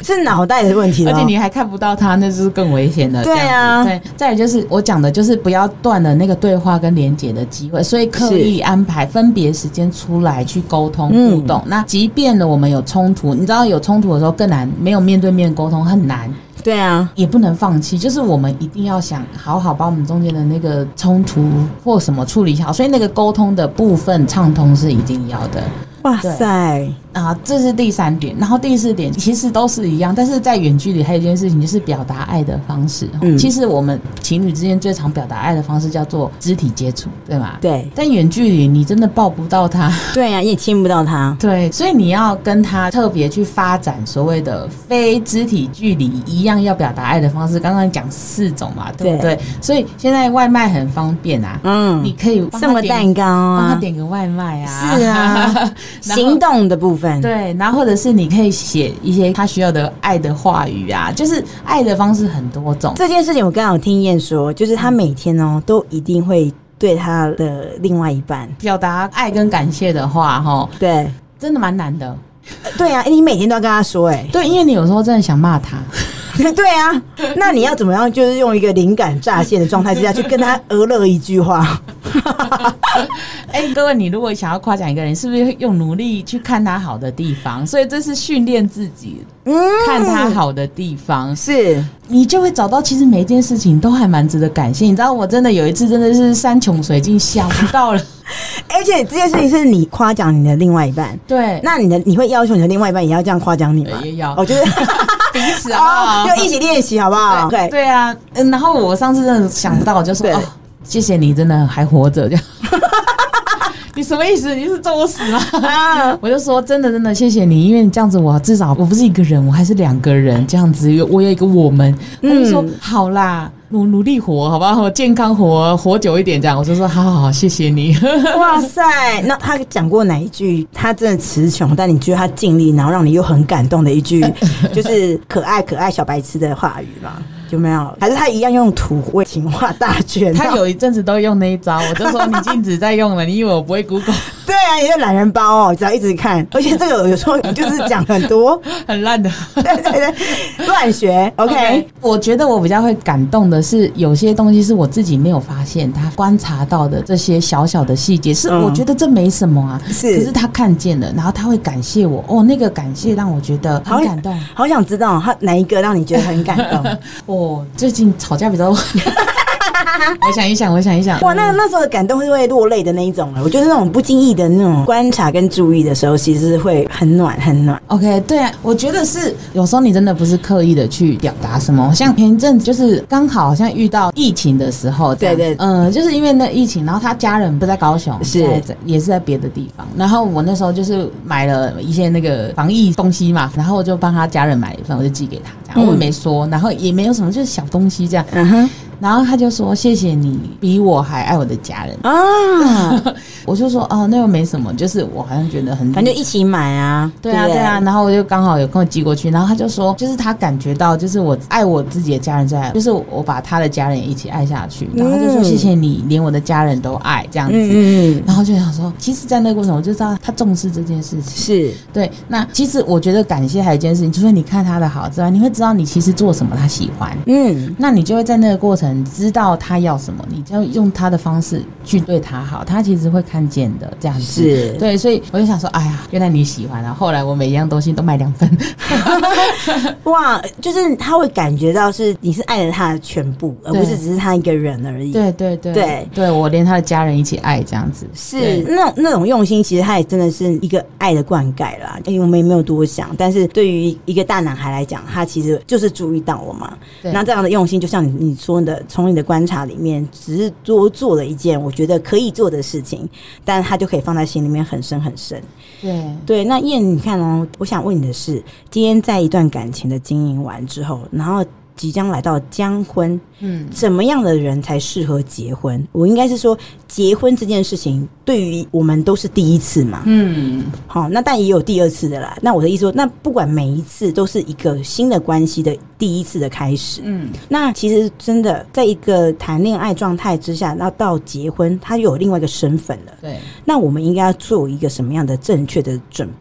Speaker 2: 是脑袋的问题咯，
Speaker 3: 而且你还看不到他，那就是更危险的。
Speaker 2: 对啊，
Speaker 3: 对。再来就是我讲的，就是不要断了那个对话跟连结的机会，所以刻意安排分别时间出来去沟通互动。嗯、那即便呢我们有冲突，你知道有冲突的时候更难，没有面对面沟通很难。
Speaker 2: 对啊，
Speaker 3: 也不能放弃，就是我们一定要想好好把我们中间的那个冲突或什么处理好，所以那个沟通的部分畅通是一定要的。
Speaker 2: 哇塞
Speaker 3: 啊，这是第三点。然后第四点其实都是一样，但是在远距离还有一件事情就是表达爱的方式。嗯，其实我们情侣之间最常表达爱的方式叫做肢体接触，对吗？
Speaker 2: 对。
Speaker 3: 但远距离你真的抱不到他，
Speaker 2: 对啊，你也亲不到他，
Speaker 3: 对，所以你要跟他特别去发展所谓的非肢体距离一样要表达爱的方式。刚刚讲四种嘛，对不对？对，所以现在外卖很方便啊，嗯，你可以
Speaker 2: 送个蛋糕啊，
Speaker 3: 帮他点个外卖啊，
Speaker 2: 是啊。行动的部分，
Speaker 3: 对，然后或者是你可以写一些他需要的爱的话语啊，就是爱的方式很多种。
Speaker 2: 这件事情我刚好听燕说，就是他每天哦都一定会对他的另外一半
Speaker 3: 表达爱跟感谢的话，哈，
Speaker 2: 对，
Speaker 3: 真的蛮难的。
Speaker 2: 对啊，你每天都要跟他说，哎，
Speaker 3: 对，因为你有时候真的想骂他。
Speaker 2: 对啊，那你要怎么样？就是用一个灵感乍现的状态之下去跟他讹了一句话。
Speaker 3: 哎、欸，各位，你如果想要夸奖一个人，是不是用努力去看他好的地方？所以这是训练自己，嗯，看他好的地方，
Speaker 2: 是
Speaker 3: 你就会找到，其实每一件事情都还蛮值得感谢。你知道，我真的有一次真的是山穷水尽，想不到了。
Speaker 2: 而且这件事情是你夸奖你的另外一半，
Speaker 3: 对，
Speaker 2: 那你的你会要求你的另外一半也要这样夸奖你吗？
Speaker 3: 也要，
Speaker 2: 我觉得
Speaker 3: 彼此好不好？
Speaker 2: 就一起练习好不好？
Speaker 3: 对，对啊，嗯，然后我上次真的想不到，我就说哦，谢谢你，真的还活着这样。你什么意思？你是咒我死吗？啊、我就说真的真的谢谢你，因为你这样子我至少我不是一个人，我还是两个人这样子，我有一个我们。他就说、嗯、好啦，努努力活好不好？健康活活久一点这样。我就说好好好，谢谢你。
Speaker 2: 哇塞，那他讲过哪一句他真的词穷，但你觉得他尽力，然后让你又很感动的一句，就是可爱可爱小白痴的话语吗？有没有？还是他一样用土味情话大全？
Speaker 3: 他有一阵子都用那一招，我就说你禁止再用了，你以为我不会 Google？
Speaker 2: 对啊，你是懒人包哦，只要一直看，而且这个有时候你就是讲很多
Speaker 3: 很烂的，
Speaker 2: 对对对，乱学。OK，, okay
Speaker 3: 我觉得我比较会感动的是，有些东西是我自己没有发现，他观察到的这些小小的细节，是我觉得这没什么啊，是、嗯，可是他看见了，然后他会感谢我，哦，那个感谢让我觉得很感动，
Speaker 2: 好, 好想知道他哪一个让你觉得很感动。
Speaker 3: 哦，最近吵架比较我想一想，我想一想，
Speaker 2: 哇，那那时候的感动是会落泪的那一种。我觉得那种不经意的那种观察跟注意的时候，其实会很暖很暖。
Speaker 3: OK， 对啊，我觉得是有时候你真的不是刻意的去表达什么，像前一阵子就是刚好好像遇到疫情的时候，对对，嗯、呃，就是因为那疫情，然后他家人不在高雄，是在也是在别的地方，然后我那时候就是买了一些那个防疫东西嘛，然后我就帮他家人买一份，我就寄给他，这样、嗯、我也没说，然后也没有什么，就是小东西这样，嗯哼。然后他就说谢谢你比我还爱我的家人啊，我就说哦那又没什么，就是我好像觉得很
Speaker 2: 反正就一起买啊，
Speaker 3: 对啊 对, 对啊，然后我就刚好有空我寄过去，然后他就说就是他感觉到就是我爱我自己的家人在，就是我把他的家人也一起爱下去，然后他就说谢谢你连我的家人都爱这样子，嗯，然后就想说其实在那个过程我就知道他重视这件事情，是对。那其实我觉得感谢还有一件事情，除了你看他的好之外，你会知道你其实做什么他喜欢，嗯，那你就会在那个过程知道他要什么，你就要用他的方式去对他好，他其实会看见的这样子，是对，所以我就想说哎呀原来你喜欢啊，后来我每一样东西都买两份
Speaker 2: 哇，就是他会感觉到是你是爱了他的全部，而不是只是他一个人而已，
Speaker 3: 对对对对对，我连他的家人一起爱这样子，
Speaker 2: 是那种那种用心，其实他也真的是一个爱的灌溉啦，因为我们也没有多想，但是对于一个大男孩来讲，他其实就是注意到我嘛，那这样的用心就像你你说的，从你的观察里面只是多做了一件我觉得可以做的事情，但他就可以放在心里面很深很深，对对。那燕你看哦，我想问你的是，今天在一段感情的经营完之后，然后即将来到将婚，嗯，怎么样的人才适合结婚？我应该是说，结婚这件事情对于我们都是第一次嘛，嗯，好，那但也有第二次的啦。那我的意思说，那不管每一次都是一个新的关系的第一次的开始，嗯，那其实真的在一个谈恋爱状态之下，那到结婚，它又有另外一个身份了，对，那我们应该要做一个什么样的正确的准备？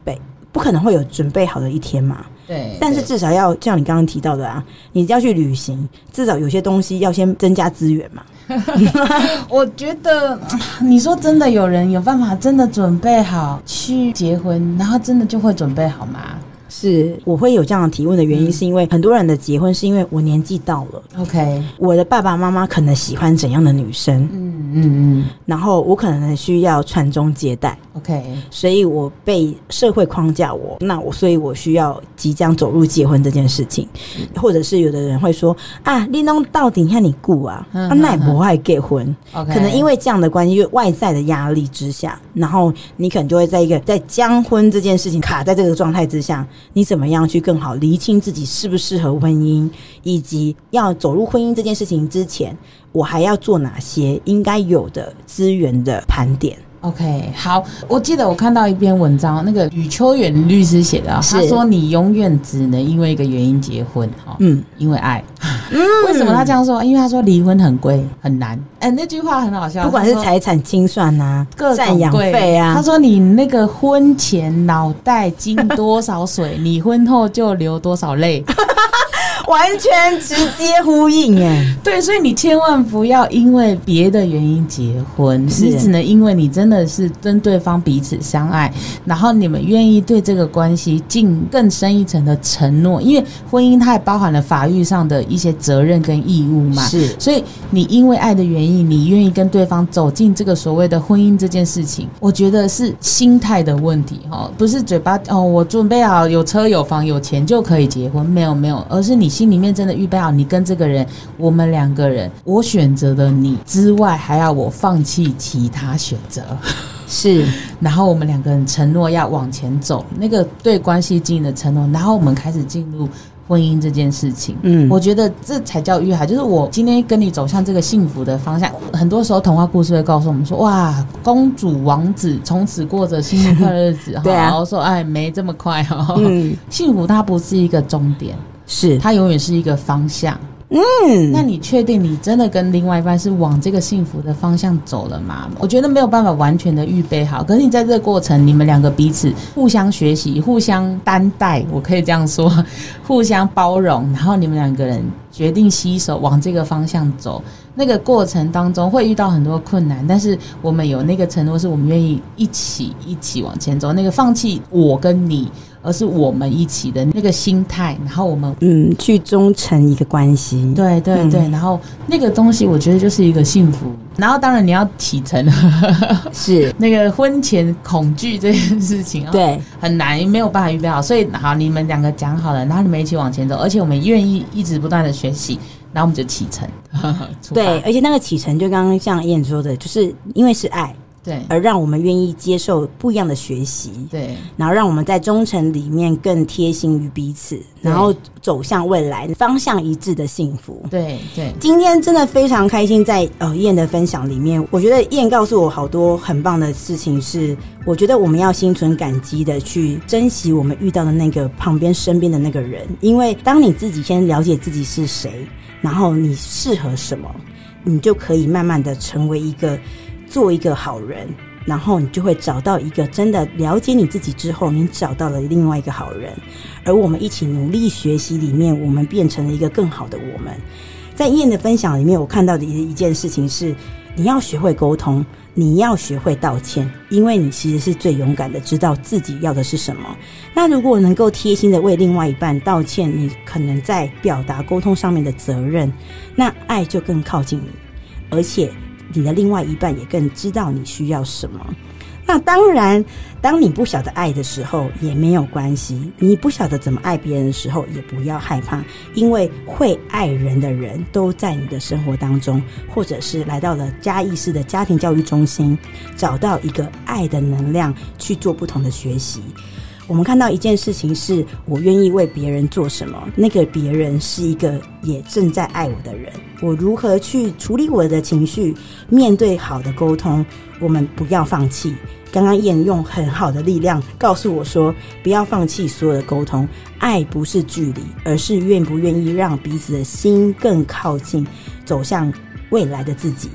Speaker 2: 不可能会有准备好的一天嘛。
Speaker 3: 对，
Speaker 2: 但是至少要像你刚刚提到的啊，你要去旅行，至少有些东西要先增加资源嘛。
Speaker 3: 我觉得你说真的有人有办法真的准备好去结婚，然后真的就会准备好吗？
Speaker 2: 是，我会有这样的提问的原因，是因为很多人的结婚是因为我年纪到了
Speaker 3: ，OK，
Speaker 2: 我的爸爸妈妈可能喜欢怎样的女生，
Speaker 3: 嗯嗯嗯，
Speaker 2: 然后我可能需要传宗接代
Speaker 3: ，OK，
Speaker 2: 所以我被社会框架我，那我所以我需要即将走入结婚这件事情，嗯、或者是有的人会说啊，你弄到底看你顾啊，嗯、啊那也不会结婚，
Speaker 3: okay.
Speaker 2: 可能因为这样的关系，因为外在的压力之下，然后你可能就会在一个在将婚这件事情卡在这个状态之下。你怎么样去更好厘清自己适不适合婚姻，以及要走入婚姻这件事情之前，我还要做哪些应该有的资源的盘点。
Speaker 3: OK， 好，我记得我看到一篇文章，那个吕秋远律师写的，他说你永远只能因为一个原因结婚，嗯，因为爱。嗯，为什么他这样说？因为他说离婚很贵很难。哎、欸，那句话很好笑，
Speaker 2: 不管是财产清算啊、赡养费啊，
Speaker 3: 他说你那个婚前脑袋进多少水，你婚后就流多少泪。
Speaker 2: 完全直接呼应哎，
Speaker 3: 对，所以你千万不要因为别的原因结婚，你只能因为你真的是跟对方彼此相爱，然后你们愿意对这个关系尽更深一层的承诺，因为婚姻它也包含了法律上的一些责任跟义务嘛，
Speaker 2: 是，
Speaker 3: 所以你因为爱的原因，你愿意跟对方走进这个所谓的婚姻这件事情，我觉得是心态的问题哦，不是嘴巴哦，我准备好有车有房有钱就可以结婚，没有没有，而是你心里面真的预备好，你跟这个人，我们两个人，我选择了你之外，还要我放弃其他选择，
Speaker 2: 是，
Speaker 3: 然后我们两个人承诺要往前走，那个对关系经营的承诺，然后我们开始进入婚姻这件事情，嗯，我觉得这才叫遇好，就是我今天跟你走向这个幸福的方向。很多时候童话故事会告诉我们说，哇，公主王子从此过着幸福快乐日子，
Speaker 2: 对啊，
Speaker 3: 然后说，哎，没这么快哦，嗯，幸福它不是一个终点，
Speaker 2: 是它
Speaker 3: 永远是一个方向。嗯，那你确定你真的跟另外一半是往这个幸福的方向走了吗？我觉得没有办法完全的预备好，可是你在这个过程，你们两个彼此互相学习、互相担待，我可以这样说，互相包容，然后你们两个人决定携手往这个方向走。那个过程当中会遇到很多困难，但是我们有那个承诺，是我们愿意一起一起往前走。那个放弃我跟你，而是我们一起的那个心态，然后我们
Speaker 2: 嗯去忠诚一个关系。
Speaker 3: 对对对、嗯，然后那个东西我觉得就是一个幸福。然后当然你要启程，
Speaker 2: 是
Speaker 3: 那个婚前恐惧这件事情，
Speaker 2: 对，
Speaker 3: 很难，没有办法预备好。所以好，你们两个讲好了，然后你们一起往前走，而且我们愿意一直不断的学习。然后我们就启程，
Speaker 2: 对，而且那个启程就刚刚像燕说的，就是因为是爱，
Speaker 3: 对，
Speaker 2: 而让我们愿意接受不一样的学习，
Speaker 3: 对，
Speaker 2: 然后让我们在忠诚里面更贴心于彼此，然后走向未来方向一致的幸福。
Speaker 3: 对对，
Speaker 2: 今天真的非常开心在，在呃燕的分享里面，我觉得燕告诉我好多很棒的事情是，我觉得我们要心存感激的去珍惜我们遇到的那个旁边身边的那个人，因为当你自己先了解自己是谁，然后你适合什么，你就可以慢慢的成为一个做一个好人，然后你就会找到一个真的了解你自己之后，你找到了另外一个好人，而我们一起努力学习里面，我们变成了一个更好的我们。在燕的分享里面，我看到的一件事情是，你要学会沟通，你要学会道歉，因为你其实是最勇敢的，知道自己要的是什么。那如果能够贴心的为另外一半道歉，你可能在表达沟通上面的责任，那爱就更靠近你，而且你的另外一半也更知道你需要什么。那当然，当你不晓得爱的时候也没有关系，你不晓得怎么爱别人的时候也不要害怕，因为会爱人的人都在你的生活当中，或者是来到了嘉义市的家庭教育中心，找到一个爱的能量去做不同的学习。我们看到一件事情是，我愿意为别人做什么，那个别人是一个也正在爱我的人，我如何去处理我的情绪，面对好的沟通，我们不要放弃。刚刚燕用很好的力量告诉我说，不要放弃所有的沟通，爱不是距离，而是愿不愿意让彼此的心更靠近，走向未来的自己。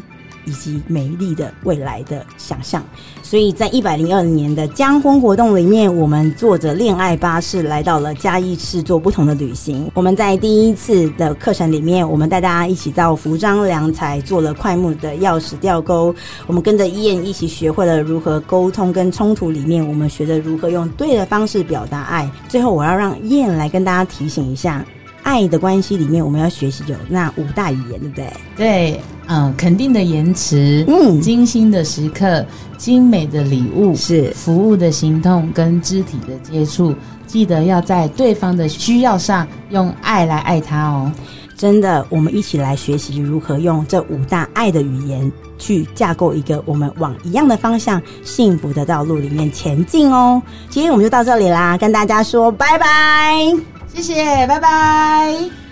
Speaker 2: 以及美丽的未来的想象。所以在一百零二年的将婚活动里面，我们坐着恋爱巴士来到了嘉义市做不同的旅行。我们在第一次的课程里面，我们带大家一起到服装良材做了快木的钥匙吊钩，我们跟着燕一起学会了如何沟通跟冲突里面，我们学着如何用对的方式表达爱。最后我要让燕来跟大家提醒一下，爱的关系里面我们要学习有那五大语言，对不对？
Speaker 3: 对，嗯，肯定的言辞，嗯，精心的时刻，精美的礼物，
Speaker 2: 是
Speaker 3: 服务的行动跟肢体的接触，记得要在对方的需要上用爱来爱他哦。
Speaker 2: 真的，我们一起来学习如何用这五大爱的语言去架构一个我们往一样的方向幸福的道路里面前进哦。今天我们就到这里啦，跟大家说拜拜，
Speaker 3: 谢谢，拜拜。